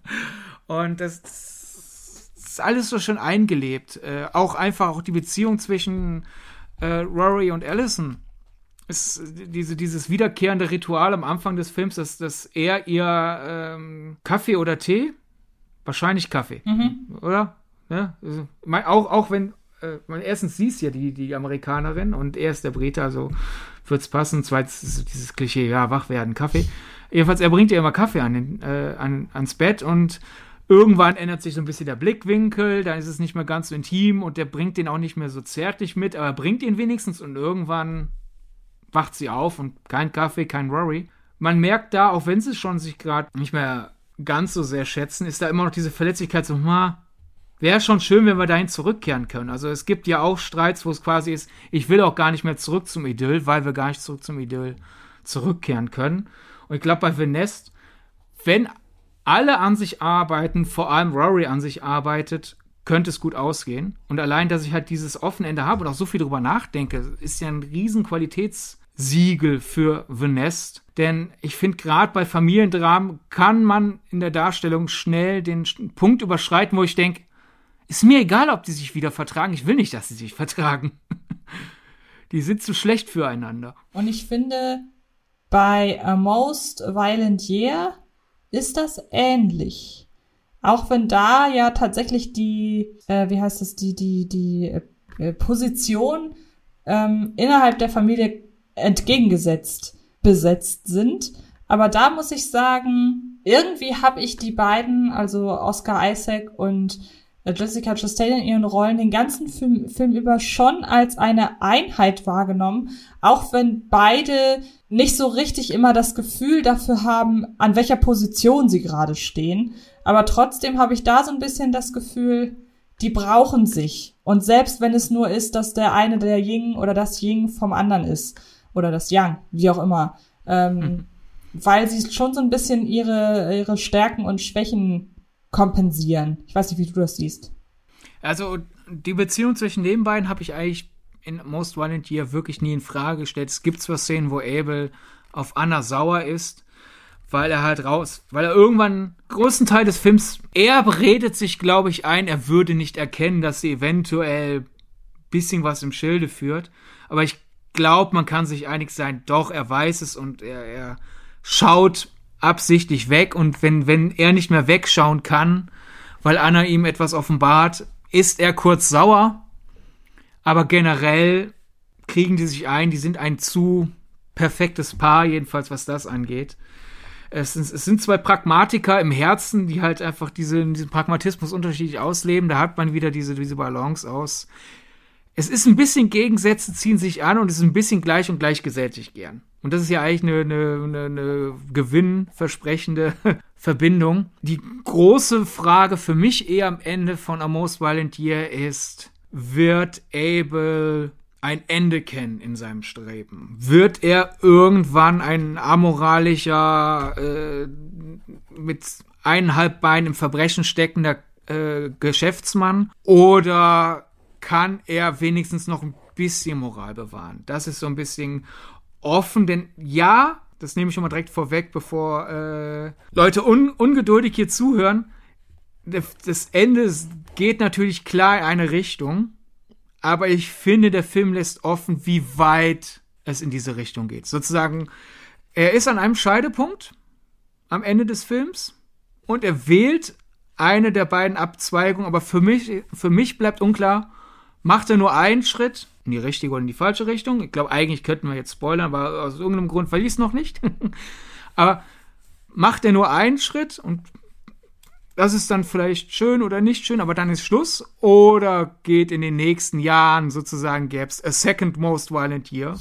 Und das, das ist alles so schön eingelebt. Äh, auch einfach auch die Beziehung zwischen äh, Rory und Allison. Ist diese, dieses wiederkehrende Ritual am Anfang des Films, dass, dass er ihr ähm, Kaffee oder Tee, wahrscheinlich Kaffee, mhm. oder? Ja, also, mein, auch, auch wenn, äh, erstens sie ist ja die, die Amerikanerin und er ist der Brite, also wird's passen. Zweitens ist dieses Klischee, ja, wach werden, Kaffee. Jedenfalls, er bringt ihr immer Kaffee an den, äh, an, ans Bett und irgendwann ändert sich so ein bisschen der Blickwinkel, dann ist es nicht mehr ganz so intim und der bringt den auch nicht mehr so zärtlich mit, aber er bringt ihn wenigstens und irgendwann wacht sie auf und kein Kaffee, kein Rory. Man merkt da, auch wenn sie schon sich gerade nicht mehr ganz so sehr schätzen, ist da immer noch diese Verletzlichkeit so, ma, wäre schon schön, wenn wir dahin zurückkehren können. Also es gibt ja auch Streits, wo es quasi ist, ich will auch gar nicht mehr zurück zum Idyll, weil wir gar nicht zurück zum Idyll zurückkehren können. Und ich glaube, bei Vanessa, wenn alle an sich arbeiten, vor allem Rory an sich arbeitet, könnte es gut ausgehen. Und allein, dass ich halt dieses offene Ende habe und auch so viel drüber nachdenke, ist ja ein riesen Qualitätssiegel für Vanessa. Denn ich finde, gerade bei Familiendramen kann man in der Darstellung schnell den Punkt überschreiten, wo ich denke, ist mir egal, ob die sich wieder vertragen. Ich will nicht, dass sie sich vertragen. Die sind zu schlecht füreinander. Und ich finde, bei A Most Violent Year ist das ähnlich. Auch wenn da ja tatsächlich die, äh, wie heißt das, die, die, die äh, Position ähm, innerhalb der Familie entgegengesetzt besetzt sind. Aber da muss ich sagen, irgendwie habe ich die beiden, also Oscar Isaac und äh, Jessica Chastain in ihren Rollen, den ganzen Film, Film über schon als eine Einheit wahrgenommen, auch wenn beide nicht so richtig immer das Gefühl dafür haben, an welcher Position sie gerade stehen. Aber trotzdem habe ich da so ein bisschen das Gefühl, die brauchen sich. Und selbst wenn es nur ist, dass der eine der Yin oder das Yin vom anderen ist. Oder das Yang, wie auch immer. Ähm, hm. Weil sie schon so ein bisschen ihre, ihre Stärken und Schwächen kompensieren. Ich weiß nicht, wie du das siehst. Also die Beziehung zwischen den beiden habe ich eigentlich in Most Violent Year wirklich nie in Frage gestellt. Es gibt zwar Szenen, wo Abel auf Anna sauer ist, weil er halt raus, weil er irgendwann großen Teil des Films, er redet sich, glaube ich, ein, er würde nicht erkennen, dass sie eventuell ein bisschen was im Schilde führt. Aber ich glaube, man kann sich einig sein, doch, er weiß es und er, er schaut absichtlich weg. Und wenn, wenn er nicht mehr wegschauen kann, weil Anna ihm etwas offenbart, ist er kurz sauer. Aber generell kriegen die sich ein, die sind ein zu perfektes Paar, jedenfalls was das angeht. Es sind, es sind zwei Pragmatiker im Herzen, die halt einfach diese, diesen Pragmatismus unterschiedlich ausleben. Da hat man wieder diese, diese Balance aus. Es ist ein bisschen Gegensätze ziehen sich an und es ist ein bisschen gleich und gleich gesellt sich gern. Und das ist ja eigentlich eine, eine, eine, eine gewinnversprechende Verbindung. Die große Frage für mich eher am Ende von A Most Violent Year ist, wird Abel ein Ende kennen in seinem Streben? Wird er irgendwann ein amoralischer, äh, mit eineinhalb Beinen im Verbrechen steckender äh, Geschäftsmann? Oder kann er wenigstens noch ein bisschen Moral bewahren? Das ist so ein bisschen offen, denn ja, das nehme ich schon mal direkt vorweg, bevor äh, Leute un- ungeduldig hier zuhören, das Ende geht natürlich klar in eine Richtung, aber ich finde, der Film lässt offen, wie weit es in diese Richtung geht. Sozusagen, er ist an einem Scheidepunkt am Ende des Films und er wählt eine der beiden Abzweigungen, aber für mich, für mich bleibt unklar, macht er nur einen Schritt in die richtige oder in die falsche Richtung? Ich glaube, eigentlich könnten wir jetzt spoilern, aber aus irgendeinem Grund weiß ich es noch nicht. Aber macht er nur einen Schritt und das ist dann vielleicht schön oder nicht schön, aber dann ist Schluss. Oder geht in den nächsten Jahren sozusagen, gäbe es a second most violent year,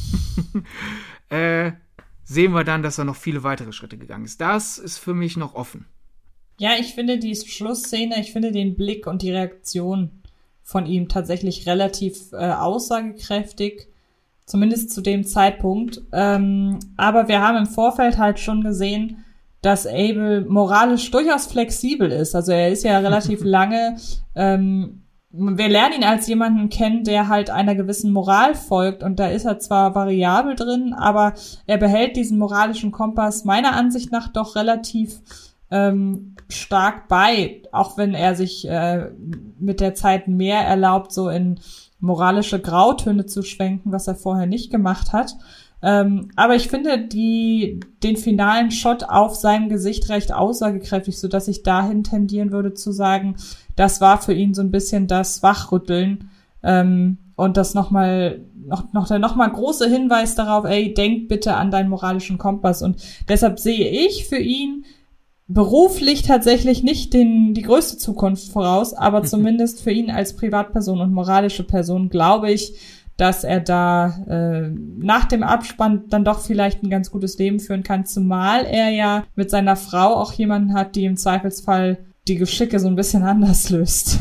äh, sehen wir dann, dass er noch viele weitere Schritte gegangen ist. Das ist für mich noch offen. Ja, ich finde die Schlussszene, ich finde den Blick und die Reaktion von ihm tatsächlich relativ äh, aussagekräftig, zumindest zu dem Zeitpunkt. Ähm, aber wir haben im Vorfeld halt schon gesehen, dass Abel moralisch durchaus flexibel ist. Also er ist ja relativ lange, ähm, wir lernen ihn als jemanden kennen, der halt einer gewissen Moral folgt und da ist er zwar variabel drin, aber er behält diesen moralischen Kompass meiner Ansicht nach doch relativ ähm, stark bei, auch wenn er sich äh, mit der Zeit mehr erlaubt, so in moralische Grautöne zu schwenken, was er vorher nicht gemacht hat. Ähm, aber ich finde die, den finalen Shot auf seinem Gesicht recht aussagekräftig, so dass ich dahin tendieren würde zu sagen, das war für ihn so ein bisschen das Wachrütteln, ähm, und das nochmal, noch, noch der nochmal große Hinweis darauf, ey, denk bitte an deinen moralischen Kompass. Und deshalb sehe ich für ihn beruflich tatsächlich nicht den, die größte Zukunft voraus, aber zumindest für ihn als Privatperson und moralische Person glaube ich, dass er da äh, nach dem Abspann dann doch vielleicht ein ganz gutes Leben führen kann, zumal er ja mit seiner Frau auch jemanden hat, die im Zweifelsfall die Geschicke so ein bisschen anders löst.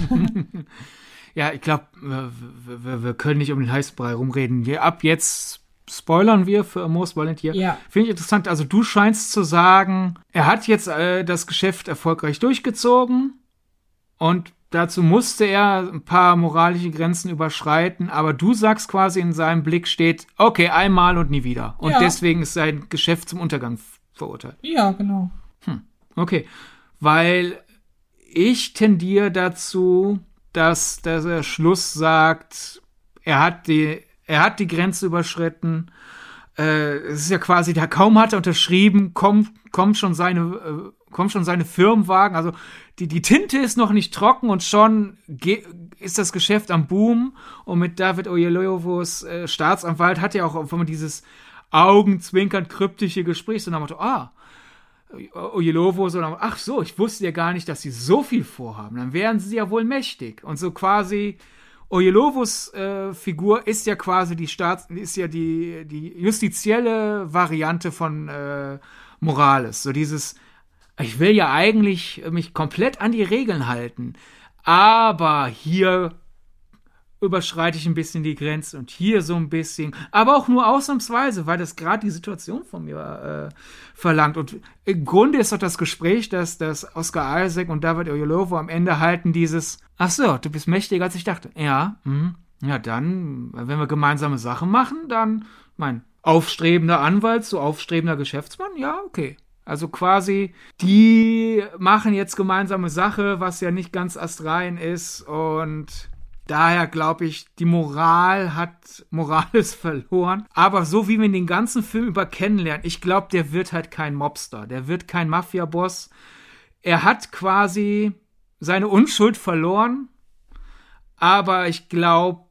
Ja, ich glaube, wir, wir, wir können nicht um den heißen Brei rumreden. Wir, ab jetzt spoilern wir für A Most Violent Year. Ja. Finde ich interessant. Also du scheinst zu sagen, er hat jetzt äh, das Geschäft erfolgreich durchgezogen und dazu musste er ein paar moralische Grenzen überschreiten, aber du sagst quasi, in seinem Blick steht, okay, einmal und nie wieder. Und ja. Deswegen ist sein Geschäft zum Untergang verurteilt. Ja, genau. Hm. Okay, weil ich tendiere dazu, dass, dass er Schluss sagt, er hat die, er hat die Grenze überschritten. Äh, es ist ja quasi, der kaum hat er unterschrieben, kommt, kommt schon seine, äh, kommt schon seine Firmenwagen, also Die, die Tinte ist noch nicht trocken und schon ge- ist das Geschäft am Boom. Und mit David Oyelowo's äh, Staatsanwalt hat ja auch wenn man dieses augenzwinkernd kryptische Gespräch, so nach dem Motto, ah, Oyelowo, so, ach so, ich wusste ja gar nicht, dass sie so viel vorhaben. Dann wären sie ja wohl mächtig. Und so quasi Oyelowos äh, Figur ist ja quasi die Staats, ist ja die, die justizielle Variante von äh, Morales. So dieses, ich will ja eigentlich mich komplett an die Regeln halten, aber hier überschreite ich ein bisschen die Grenze und hier so ein bisschen, aber auch nur ausnahmsweise, weil das gerade die Situation von mir äh, verlangt. Und im Grunde ist doch das Gespräch, dass, dass Oscar Isaac und David Oyelowo am Ende halten dieses, ach so, du bist mächtiger, als ich dachte. Ja, mh, ja dann, wenn wir gemeinsame Sachen machen, dann, mein aufstrebender Anwalt, so aufstrebender Geschäftsmann, ja, okay. Also quasi, die machen jetzt gemeinsame Sache, was ja nicht ganz astrein ist und daher glaube ich, die Moral hat Morales verloren. Aber so wie wir ihn den ganzen Film über kennenlernen, ich glaube, der wird halt kein Mobster. Der wird kein Mafia-Boss. Er hat quasi seine Unschuld verloren. Aber ich glaube,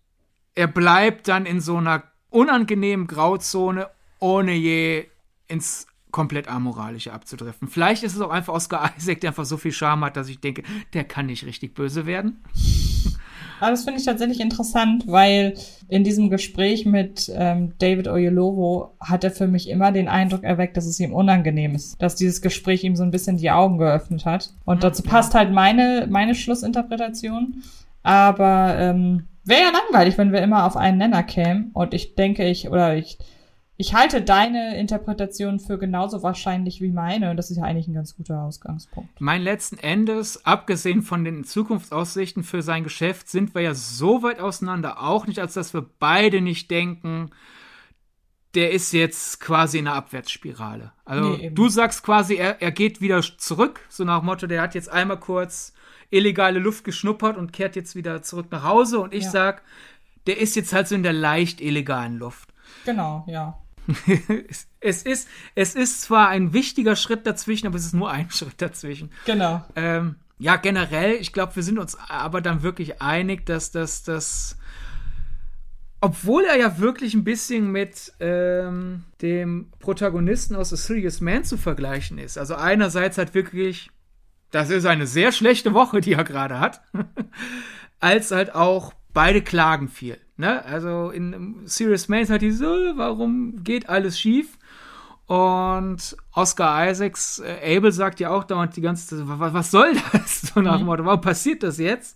er bleibt dann in so einer unangenehmen Grauzone, ohne je ins komplett Amoralische abzudriften. Vielleicht ist es auch einfach Oscar Isaac, der einfach so viel Charme hat, dass ich denke, der kann nicht richtig böse werden. Aber das finde ich tatsächlich interessant, weil in diesem Gespräch mit ähm, David Oyelowo hat er für mich immer den Eindruck erweckt, dass es ihm unangenehm ist, dass dieses Gespräch ihm so ein bisschen die Augen geöffnet hat. Und dazu passt halt meine meine Schlussinterpretation. Aber ähm, wäre ja langweilig, wenn wir immer auf einen Nenner kämen. Und ich denke, ich, oder ich, ich halte deine Interpretation für genauso wahrscheinlich wie meine. Und das ist ja eigentlich ein ganz guter Ausgangspunkt. Mein letzten Endes, abgesehen von den Zukunftsaussichten für sein Geschäft, sind wir ja so weit auseinander, auch nicht, als dass wir beide nicht denken, der ist jetzt quasi in einer Abwärtsspirale. Also Nee, eben. du sagst quasi, er, er geht wieder zurück, so nach dem Motto, der hat jetzt einmal kurz illegale Luft geschnuppert und kehrt jetzt wieder zurück nach Hause. Und ich Ja. sag, der ist jetzt halt so in der leicht illegalen Luft. Genau, ja. es, es, ist, es ist zwar ein wichtiger Schritt dazwischen, aber es ist nur ein Schritt dazwischen. Genau. Ähm, ja, generell, ich glaube, wir sind uns aber dann wirklich einig, dass das, das obwohl er ja wirklich ein bisschen mit ähm, dem Protagonisten aus A Serious Man zu vergleichen ist. Also einerseits halt wirklich, das ist eine sehr schlechte Woche, die er gerade hat, als halt auch beide klagen viel. Ne? Also in Serious Man ist halt die so, warum geht alles schief? Und Oscar Isaacs, äh, Abel sagt ja auch dauernd die ganze Zeit, was, was soll das? So nach dem Motto, warum passiert das jetzt?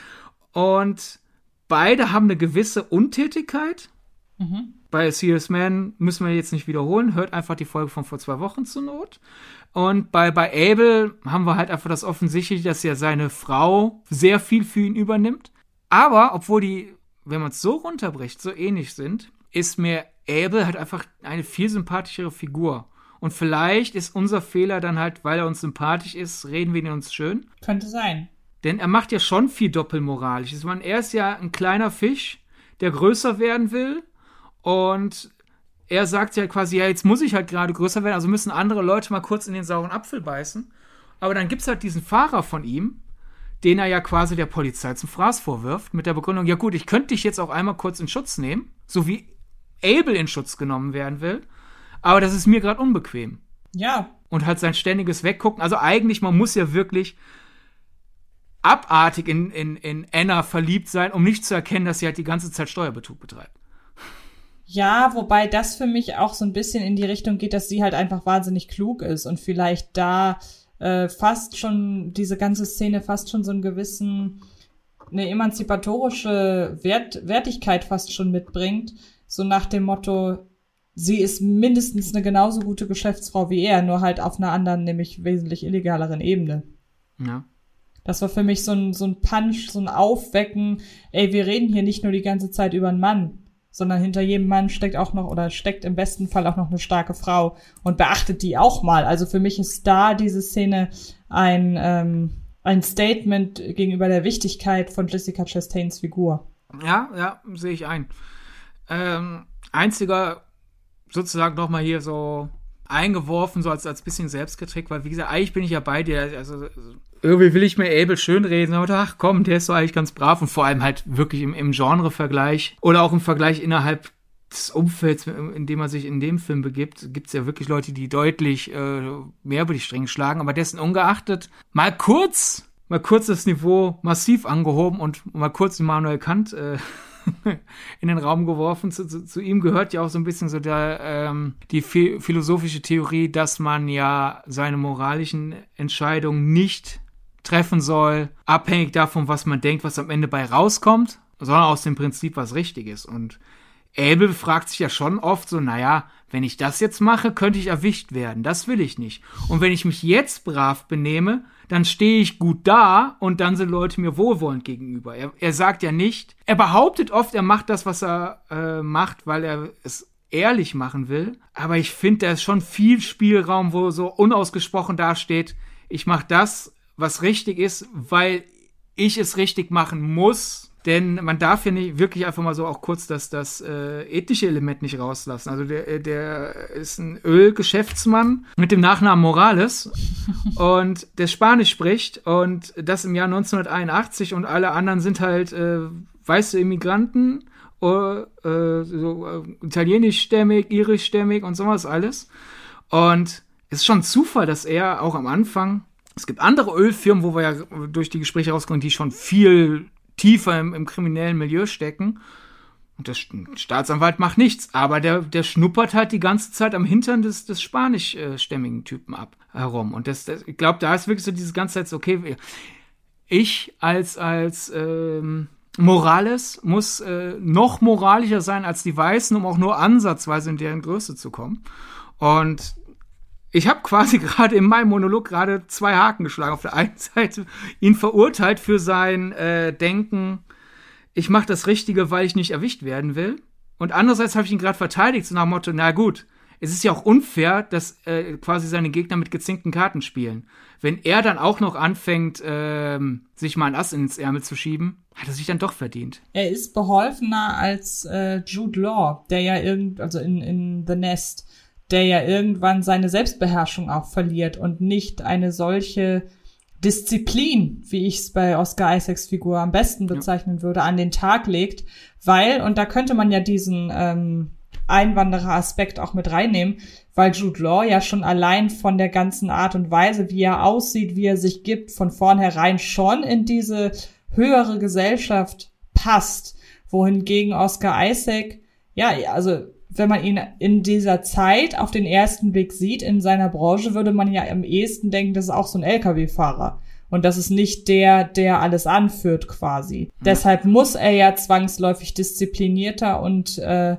Und beide haben eine gewisse Untätigkeit. Mhm. Bei Serious Man müssen wir jetzt nicht wiederholen. Hört einfach die Folge von vor zwei Wochen zur Not. Und bei, bei Abel haben wir halt einfach das Offensichtliche, dass ja seine Frau sehr viel für ihn übernimmt. Aber, obwohl die, wenn man es so runterbricht, so ähnlich sind, ist mir Abel halt einfach eine viel sympathischere Figur. Und vielleicht ist unser Fehler dann halt, weil er uns sympathisch ist, reden wir ihn uns schön. Könnte sein. Denn er macht ja schon viel doppelmoralisch. Ich meine, er ist ja ein kleiner Fisch, der größer werden will. Und er sagt ja quasi, ja, jetzt muss ich halt gerade größer werden, also müssen andere Leute mal kurz in den sauren Apfel beißen. Aber dann gibt's halt diesen Fahrer von ihm, den er ja quasi der Polizei zum Fraß vorwirft, mit der Begründung, ja gut, ich könnte dich jetzt auch einmal kurz in Schutz nehmen, so wie Abel in Schutz genommen werden will, aber das ist mir gerade unbequem. Ja. Und halt sein ständiges Weggucken, also eigentlich, man muss ja wirklich abartig in, in, in Anna verliebt sein, um nicht zu erkennen, dass sie halt die ganze Zeit Steuerbetrug betreibt. Ja, wobei das für mich auch so ein bisschen in die Richtung geht, dass sie halt einfach wahnsinnig klug ist und vielleicht da äh, fast schon, diese ganze Szene fast schon so einen gewissen, eine emanzipatorische Wert, Wertigkeit fast schon mitbringt. So nach dem Motto, sie ist mindestens eine genauso gute Geschäftsfrau wie er, nur halt auf einer anderen, nämlich wesentlich illegaleren Ebene. Ja. Das war für mich so ein, so ein Punch, so ein Aufwecken, ey, wir reden hier nicht nur die ganze Zeit über einen Mann, sondern hinter jedem Mann steckt auch noch, oder steckt im besten Fall auch noch eine starke Frau und beachtet die auch mal. Also für mich ist da diese Szene ein, ähm, ein Statement gegenüber der Wichtigkeit von Jessica Chastains Figur. Ja, ja, sehe ich ein. Ähm, einziger, sozusagen nochmal hier so eingeworfen, so als, als bisschen Selbstkritik, weil wie gesagt, eigentlich bin ich ja bei dir, also irgendwie will ich mir Abel schönreden, aber ach komm, der ist so eigentlich ganz brav und vor allem halt wirklich im, im Genre-Vergleich oder auch im Vergleich innerhalb des Umfelds, in dem man sich in dem Film begibt, gibt es ja wirklich Leute, die deutlich äh, mehr über die Stränge schlagen, aber dessen ungeachtet mal kurz, mal kurz das Niveau massiv angehoben und mal kurz Immanuel Kant äh, in den Raum geworfen. Zu, zu, zu ihm gehört ja auch so ein bisschen so der, ähm, die ph- philosophische Theorie, dass man ja seine moralischen Entscheidungen nicht treffen soll, abhängig davon, was man denkt, was am Ende bei rauskommt, sondern aus dem Prinzip, was richtig ist. Und Abel fragt sich ja schon oft so, naja, wenn ich das jetzt mache, könnte ich erwischt werden. Das will ich nicht. Und wenn ich mich jetzt brav benehme, dann stehe ich gut da und dann sind Leute mir wohlwollend gegenüber. Er, er sagt ja nicht, er behauptet oft, er macht das, was er äh, macht, weil er es ehrlich machen will. Aber ich finde, da ist schon viel Spielraum, wo so unausgesprochen dasteht, ich mache das, was richtig ist, weil ich es richtig machen muss. Denn man darf ja nicht wirklich einfach mal so auch kurz das, das äh, ethische Element nicht rauslassen. Also der, der ist ein Ölgeschäftsmann mit dem Nachnamen Morales und der Spanisch spricht und das im Jahr neunzehnhunderteinundachtzig und alle anderen sind halt äh, weiße Immigranten, äh, so äh, italienischstämmig, irischstämmig und sowas alles. Und es ist schon ein Zufall, dass er auch am Anfang, es gibt andere Ölfirmen, wo wir ja durch die Gespräche rauskommen, die schon viel tiefer im, im kriminellen Milieu stecken. Und der Staatsanwalt macht nichts, aber der, der schnuppert halt die ganze Zeit am Hintern des, des spanischstämmigen Typen ab herum. Und das, das, ich glaube, da ist wirklich so diese ganze Zeit so, okay, ich als, als ähm, Morales muss äh, noch moralischer sein als die Weißen, um auch nur ansatzweise in deren Größe zu kommen. Und ich habe quasi gerade in meinem Monolog gerade zwei Haken geschlagen. Auf der einen Seite ihn verurteilt für sein äh, Denken, ich mache das Richtige, weil ich nicht erwischt werden will. Und andererseits habe ich ihn gerade verteidigt, so nach dem Motto, na gut, es ist ja auch unfair, dass äh, quasi seine Gegner mit gezinkten Karten spielen. Wenn er dann auch noch anfängt, äh, sich mal ein Ass ins Ärmel zu schieben, hat er sich dann doch verdient. Er ist beholfener als äh, Jude Law, der ja irgend, also in, in The Nest, der ja irgendwann seine Selbstbeherrschung auch verliert und nicht eine solche Disziplin, wie ich es bei Oscar Isaacs Figur am besten bezeichnen ja. würde, an den Tag legt, weil, und da könnte man ja diesen ähm, Einwanderer-Aspekt auch mit reinnehmen, weil Jude Law ja schon allein von der ganzen Art und Weise, wie er aussieht, wie er sich gibt, von vornherein schon in diese höhere Gesellschaft passt, wohingegen Oscar Isaac, ja, also wenn man ihn in dieser Zeit auf den ersten Blick sieht, in seiner Branche, würde man ja am ehesten denken, das ist auch so ein L K W-Fahrer. Und das ist nicht der, der alles anführt quasi. Mhm. Deshalb muss er ja zwangsläufig disziplinierter und äh,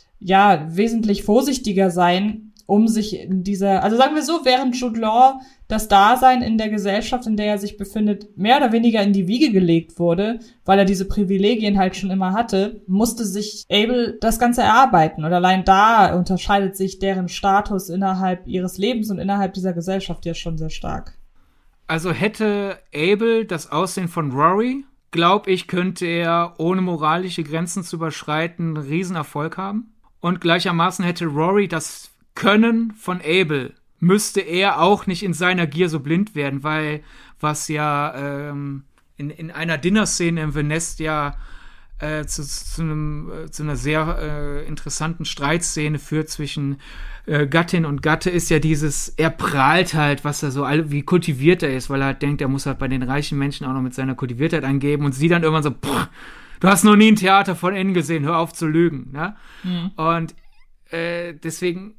ja, wesentlich vorsichtiger sein, um sich in dieser, also sagen wir so, während Jude Law das Dasein in der Gesellschaft, in der er sich befindet, mehr oder weniger in die Wiege gelegt wurde, weil er diese Privilegien halt schon immer hatte, musste sich Abel das Ganze erarbeiten. Und allein da unterscheidet sich deren Status innerhalb ihres Lebens und innerhalb dieser Gesellschaft ja schon sehr stark. Also hätte Abel das Aussehen von Rory, glaube ich, könnte er, ohne moralische Grenzen zu überschreiten, einen Riesenerfolg haben. Und gleichermaßen hätte Rory das Können von Abel, müsste er auch nicht in seiner Gier so blind werden, weil was ja ähm, in, in einer Dinner-Szene im The Nest ja äh, zu, zu, einem, äh, zu einer sehr äh, interessanten Streitszene führt zwischen äh, Gattin und Gatte, ist ja dieses, er prahlt halt, was er so, wie kultiviert er ist, weil er halt denkt, er muss halt bei den reichen Menschen auch noch mit seiner Kultiviertheit angeben und sie dann irgendwann so, pff, du hast noch nie ein Theater von innen gesehen, hör auf zu lügen. Ne? Mhm. Und äh, deswegen,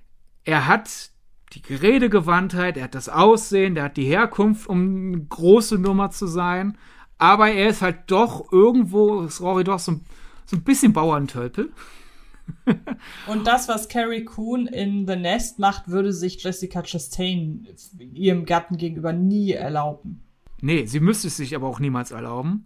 er hat die Redegewandtheit, er hat das Aussehen, er hat die Herkunft, um eine große Nummer zu sein, aber er ist halt doch irgendwo, ist Rory doch so, so ein bisschen Bauerntölpel. Und das, was Carrie Coon in The Nest macht, würde sich Jessica Chastain ihrem Gatten gegenüber nie erlauben. Nee, sie müsste es sich aber auch niemals erlauben,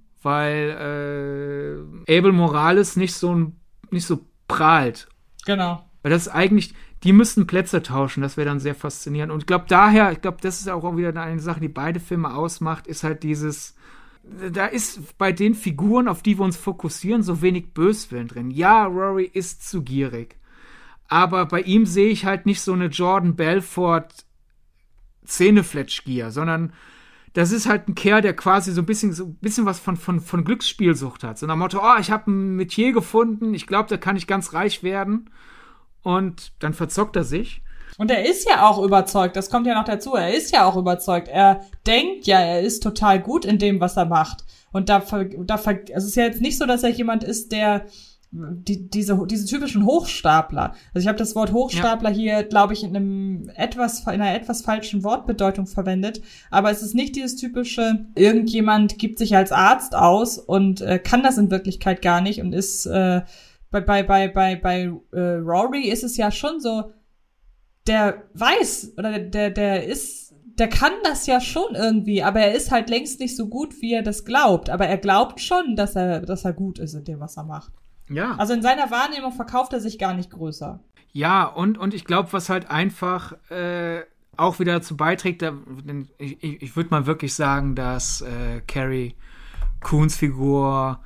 weil äh, Abel Morales nicht so, nicht so prahlt. Genau. Weil das ist eigentlich, die müssten Plätze tauschen, das wäre dann sehr faszinierend. Und ich glaube daher, ich glaube, das ist auch wieder eine Sache, die beide Filme ausmacht, ist halt dieses, da ist bei den Figuren, auf die wir uns fokussieren, so wenig Böswillen drin. Ja, Rory ist zu gierig. Aber bei ihm sehe ich halt nicht so eine Jordan Belfort Zähnefletschgier, sondern das ist halt ein Kerl, der quasi so ein bisschen, so ein bisschen was von, von, von Glücksspielsucht hat. So nach dem Motto, oh, ich habe ein Metier gefunden, ich glaube, da kann ich ganz reich werden. Und dann verzockt er sich. Und er ist ja auch überzeugt, das kommt ja noch dazu, er ist ja auch überzeugt. Er denkt ja, er ist total gut in dem, was er macht. Und da, da also es ist ja jetzt nicht so, dass er jemand ist, der die, diese, diese typischen Hochstapler. Also ich habe das Wort Hochstapler ja. hier, glaube ich, in einem etwas, in einer etwas falschen Wortbedeutung verwendet. Aber es ist nicht dieses typische, irgendjemand gibt sich als Arzt aus und äh, kann das in Wirklichkeit gar nicht und ist, äh, Bei, bei, bei, bei, bei äh, Rory ist es ja schon so, der weiß, oder der, der ist, der kann das ja schon irgendwie, aber er ist halt längst nicht so gut, wie er das glaubt. Aber er glaubt schon, dass er, dass er gut ist in dem, was er macht. Ja. Also in seiner Wahrnehmung verkauft er sich gar nicht größer. Ja, und, und ich glaube, was halt einfach äh, auch wieder dazu beiträgt, da, ich, ich, ich würde mal wirklich sagen, dass äh, Carrie Coons Figur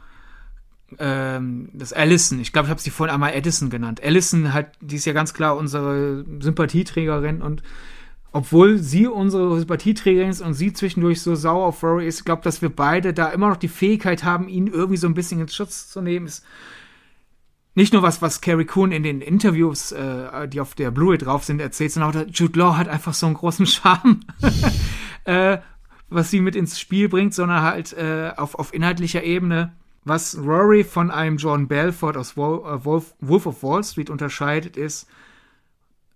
Ähm, das Allison, ich glaube, ich habe sie vorhin einmal Addison genannt. Allison halt, die ist ja ganz klar unsere Sympathieträgerin und obwohl sie unsere Sympathieträgerin ist und sie zwischendurch so sauer auf Rory ist, ich glaube, dass wir beide da immer noch die Fähigkeit haben, ihn irgendwie so ein bisschen in Schutz zu nehmen. Ist nicht nur was, was Carrie Coon in den Interviews, äh, die auf der Blu-ray drauf sind, erzählt, sondern auch Jude Law hat einfach so einen großen Charme, äh, was sie mit ins Spiel bringt, sondern halt äh, auf, auf inhaltlicher Ebene. Was Rory von einem Jordan Belfort aus Wolf, äh, Wolf, Wolf of Wall Street unterscheidet, ist,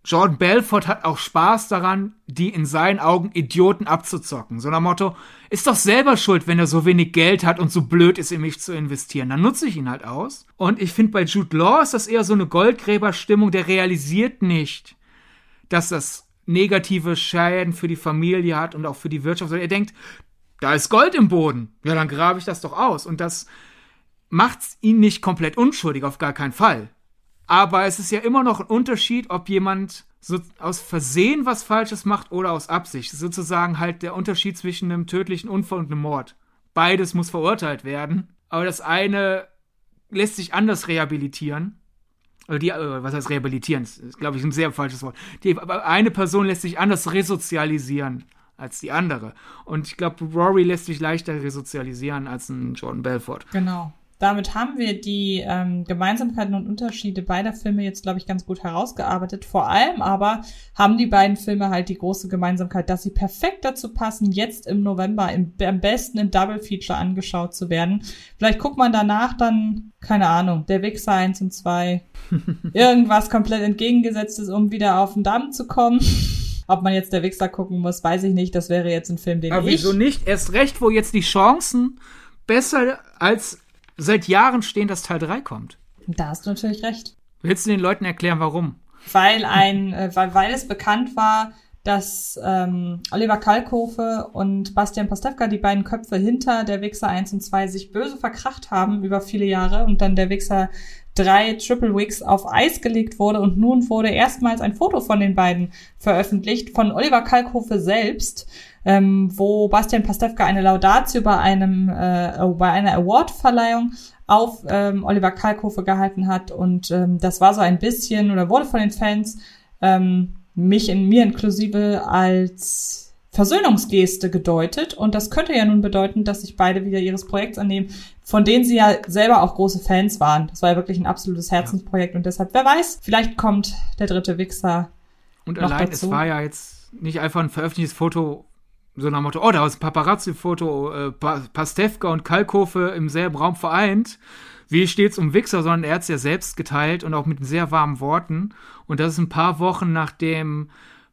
Jordan Belfort hat auch Spaß daran, die in seinen Augen Idioten abzuzocken. So nach Motto, ist doch selber schuld, wenn er so wenig Geld hat und so blöd ist, in mich zu investieren. Dann nutze ich ihn halt aus. Und ich finde, bei Jude Law ist das eher so eine Goldgräberstimmung, der realisiert nicht, dass das negative Schäden für die Familie hat und auch für die Wirtschaft. Er denkt, da ist Gold im Boden. Ja, dann grabe ich das doch aus. Und das macht ihn nicht komplett unschuldig, auf gar keinen Fall. Aber es ist ja immer noch ein Unterschied, ob jemand so aus Versehen was Falsches macht oder aus Absicht. Das ist sozusagen halt der Unterschied zwischen einem tödlichen Unfall und einem Mord. Beides muss verurteilt werden. Aber das eine lässt sich anders rehabilitieren. Oder die, was heißt rehabilitieren? Das ist, glaube ich, ein sehr falsches Wort. Die, aber eine Person lässt sich anders resozialisieren als die andere. Und ich glaube, Rory lässt sich leichter resozialisieren als ein Jordan Belfort. Genau. Damit haben wir die ähm, Gemeinsamkeiten und Unterschiede beider Filme jetzt, glaube ich, ganz gut herausgearbeitet. Vor allem aber haben die beiden Filme halt die große Gemeinsamkeit, dass sie perfekt dazu passen, jetzt im November im, am besten im Double Feature angeschaut zu werden. Vielleicht guckt man danach dann, keine Ahnung, Der Wichser eins und zwei, irgendwas komplett entgegengesetztes, um wieder auf den Damm zu kommen. Ob man jetzt Der Wichser gucken muss, weiß ich nicht. Das wäre jetzt ein Film, den aber ich... wieso nicht? Erst recht, wo jetzt die Chancen besser als seit Jahren stehen, dass Teil drei kommt. Da hast du natürlich recht. Willst du den Leuten erklären, warum? Weil ein, äh, weil, weil es bekannt war, dass ähm, Oliver Kalkofe und Bastian Pastewka, die beiden Köpfe hinter Der Wichser eins und zwei, sich böse verkracht haben über viele Jahre und dann Der Wichser drei Triple Wix auf Eis gelegt wurde und nun wurde erstmals ein Foto von den beiden veröffentlicht, von Oliver Kalkofe selbst, ähm, wo Bastian Pastewka eine Laudatio bei einem äh, bei einer Award-Verleihung auf ähm, Oliver Kalkofe gehalten hat und ähm, das war so ein bisschen oder wurde von den Fans ähm, mich in mir inklusive als Versöhnungsgeste gedeutet und das könnte ja nun bedeuten, dass sich beide wieder ihres Projekts annehmen, von denen sie ja selber auch große Fans waren. Das war ja wirklich ein absolutes Herzensprojekt und deshalb, wer weiß, vielleicht kommt der dritte Wichser und noch allein, dazu. Es war ja jetzt nicht einfach ein veröffentlichtes Foto, so nach dem Motto, oh, da ist ein Paparazzi-Foto, äh, Pastewka und Kalkofe im selben Raum vereint. Wie steht's um Wichser, sondern er hat es ja selbst geteilt und auch mit sehr warmen Worten. Und das ist ein paar Wochen nachdem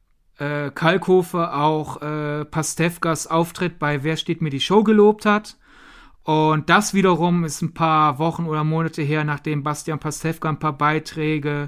äh, Kalkofe auch äh, Pastewkas Auftritt bei Wer steht mir die Show gelobt hat. Und das wiederum ist ein paar Wochen oder Monate her, nachdem Bastian Pastewka ein paar Beiträge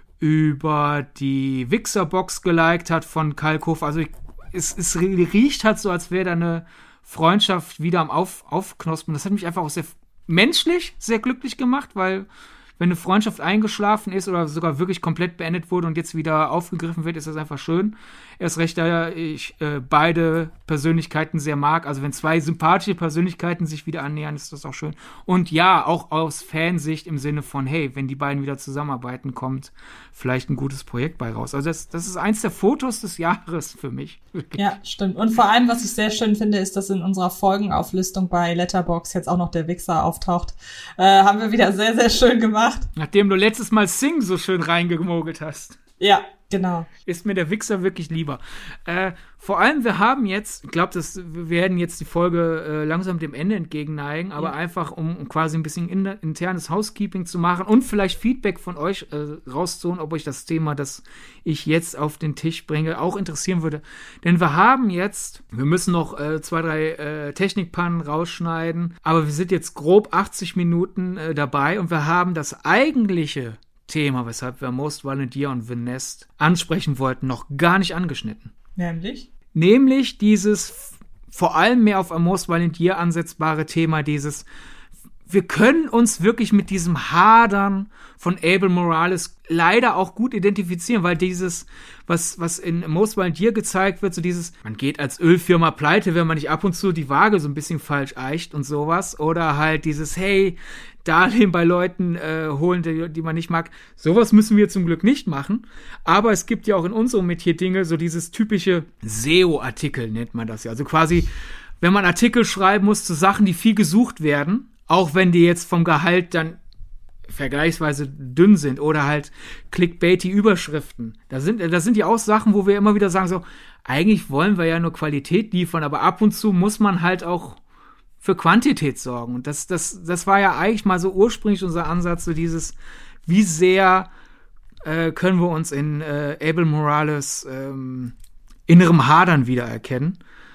über die Wichser-Box geliked hat von Kalkofe. Also ich, es, es riecht halt so, als wäre da eine Freundschaft wieder am Auf, Aufknospen. Das hat mich einfach auch sehr menschlich sehr glücklich gemacht, weil wenn eine Freundschaft eingeschlafen ist oder sogar wirklich komplett beendet wurde und jetzt wieder aufgegriffen wird, ist das einfach schön. Erst recht, da ich äh, beide Persönlichkeiten sehr mag. Also wenn zwei sympathische Persönlichkeiten sich wieder annähern, ist das auch schön. Und ja, auch aus Fansicht im Sinne von, hey, wenn die beiden wieder zusammenarbeiten, kommt vielleicht ein gutes Projekt bei raus. Also das, das ist eins der Fotos des Jahres für mich. Ja, stimmt. Und vor allem, was ich sehr schön finde, ist, dass in unserer Folgenauflistung bei Letterboxd jetzt auch noch der Wichser auftaucht. Äh, haben wir wieder sehr, sehr schön gemacht. Nachdem du letztes Mal Sing so schön reingemogelt hast. Ja, genau. Ist mir der Wichser wirklich lieber. Äh, vor allem, wir haben jetzt, ich glaube, wir werden jetzt die Folge äh, langsam dem Ende entgegenneigen, aber ja. einfach, um, um quasi ein bisschen in, internes Housekeeping zu machen und vielleicht Feedback von euch äh, rauszuholen, ob euch das Thema, das ich jetzt auf den Tisch bringe, auch interessieren würde. Denn wir haben jetzt, wir müssen noch äh, zwei, drei äh, Technikpannen rausschneiden, aber wir sind jetzt grob achtzig Minuten äh, dabei und wir haben das eigentliche Thema, weshalb wir Most Violent Year und The Nest ansprechen wollten, noch gar nicht angeschnitten. Nämlich? Nämlich dieses f- vor allem mehr auf ein Most Violent Year ansetzbare Thema, dieses wir können uns wirklich mit diesem Hadern von Abel Morales leider auch gut identifizieren, weil dieses, was, was in Most Violent Year gezeigt wird, so dieses, man geht als Ölfirma pleite, wenn man nicht ab und zu die Waage so ein bisschen falsch eicht und sowas, oder halt dieses, hey, Darlehen bei Leuten äh, holen, die, die man nicht mag. Sowas müssen wir zum Glück nicht machen. Aber es gibt ja auch in unserem Metier Dinge, so dieses typische S E O-Artikel nennt man das ja. Also quasi, wenn man Artikel schreiben muss zu Sachen, die viel gesucht werden, auch wenn die jetzt vom Gehalt dann vergleichsweise dünn sind oder halt Clickbaity-Überschriften. Da sind, das sind ja auch Sachen, wo wir immer wieder sagen so, eigentlich wollen wir ja nur Qualität liefern, aber ab und zu muss man halt auch für Quantität sorgen. Und das, das, das war ja eigentlich mal so ursprünglich unser Ansatz, so dieses, wie sehr äh, können wir uns in äh, Abel Morales ähm, innerem Hadern wiedererkennen.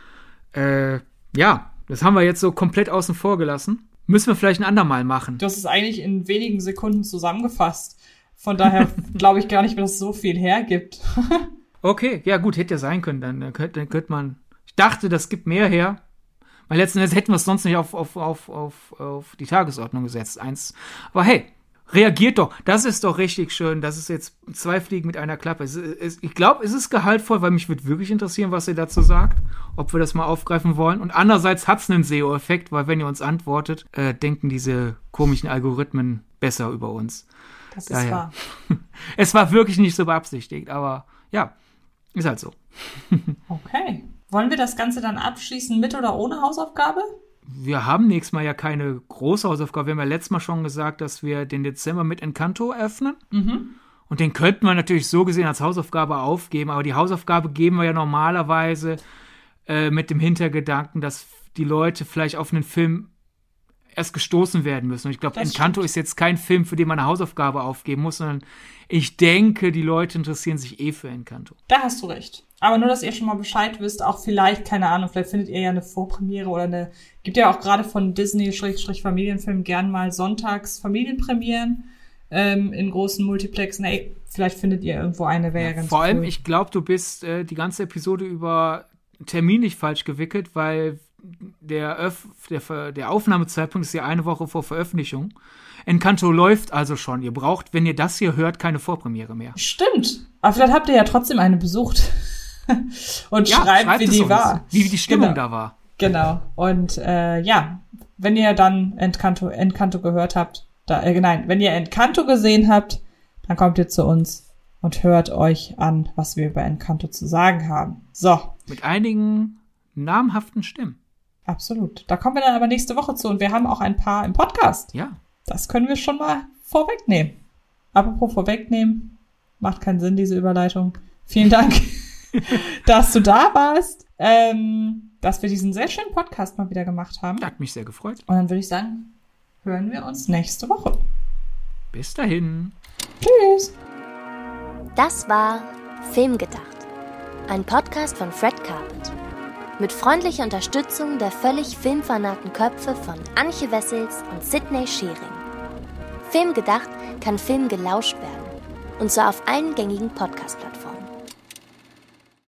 Äh, ja, das haben wir jetzt so komplett außen vor gelassen. Müssen wir vielleicht ein andermal machen. Du hast es eigentlich in wenigen Sekunden zusammengefasst. Von daher glaube ich gar nicht, dass es so viel hergibt. Okay, ja gut, hätte ja sein können. Dann, dann, könnte, dann könnte man. Ich dachte, das gibt mehr her. Weil letzten Endes hätten wir es sonst nicht auf, auf, auf, auf, auf die Tagesordnung gesetzt. Eins. Aber hey, reagiert doch. Das ist doch richtig schön. Das ist jetzt zwei Fliegen mit einer Klappe. Es, es, ich glaube, es ist gehaltvoll, weil mich würde wirklich interessieren, was ihr dazu sagt. Ob wir das mal aufgreifen wollen. Und andererseits hat es einen S E O-Effekt, weil wenn ihr uns antwortet, äh, denken diese komischen Algorithmen besser über uns. Das ist Daher. wahr. Es war wirklich nicht so beabsichtigt, aber ja, ist halt so. Okay. Wollen wir das Ganze dann abschließen mit oder ohne Hausaufgabe? Wir haben nächstes Mal ja keine große Hausaufgabe. Wir haben ja letztes Mal schon gesagt, dass wir den Dezember mit Encanto eröffnen. Mhm. Und den könnten wir natürlich so gesehen als Hausaufgabe aufgeben. Aber die Hausaufgabe geben wir ja normalerweise äh, mit dem Hintergedanken, dass die Leute vielleicht auf einen Film erst gestoßen werden müssen. Und ich glaube, Encanto ist jetzt kein Film, für den man eine Hausaufgabe aufgeben muss, sondern ich denke, die Leute interessieren sich eh für Encanto. Da hast du recht. Aber nur, dass ihr schon mal Bescheid wisst, auch vielleicht, keine Ahnung, vielleicht findet ihr ja eine Vorpremiere oder eine, gibt ja auch gerade von Disney-Familienfilmen gern mal sonntags Familienpremieren ähm, in großen Multiplexen. Ey, vielleicht findet ihr irgendwo eine, wäre ja, ja ganz Vor allem, cool. Ich glaube, du bist äh, die ganze Episode über terminlich falsch gewickelt, weil der, Öff, der, der Aufnahmezeitpunkt ist ja eine Woche vor Veröffentlichung. Encanto läuft also schon. Ihr braucht, wenn ihr das hier hört, keine Vorpremiere mehr. Stimmt. Aber vielleicht habt ihr ja trotzdem eine besucht. Und ja, schreibt, schreibt wie die uns, war. Wie die Stimmung genau. da war. Genau. Und äh, ja, wenn ihr dann Encanto, Encanto gehört habt, da, äh, nein, wenn ihr Encanto gesehen habt, dann kommt ihr zu uns und hört euch an, was wir über Encanto zu sagen haben. So. Mit einigen namhaften Stimmen. Absolut. Da kommen wir dann aber nächste Woche zu und wir haben auch ein paar im Podcast. Ja. Das können wir schon mal vorwegnehmen. Apropos vorwegnehmen, macht keinen Sinn, diese Überleitung. Vielen Dank, dass du da warst, ähm, dass wir diesen sehr schönen Podcast mal wieder gemacht haben. Hat mich sehr gefreut. Und dann würde ich sagen, hören wir uns nächste Woche. Bis dahin. Tschüss. Das war Filmgedacht, ein Podcast von Fred Carpet. Mit freundlicher Unterstützung der völlig filmfanaten Köpfe von Antje Wessels und Sidney Schering. Filmgedacht kann Film gelauscht werden. Und zwar auf allen gängigen Podcast-Plattformen.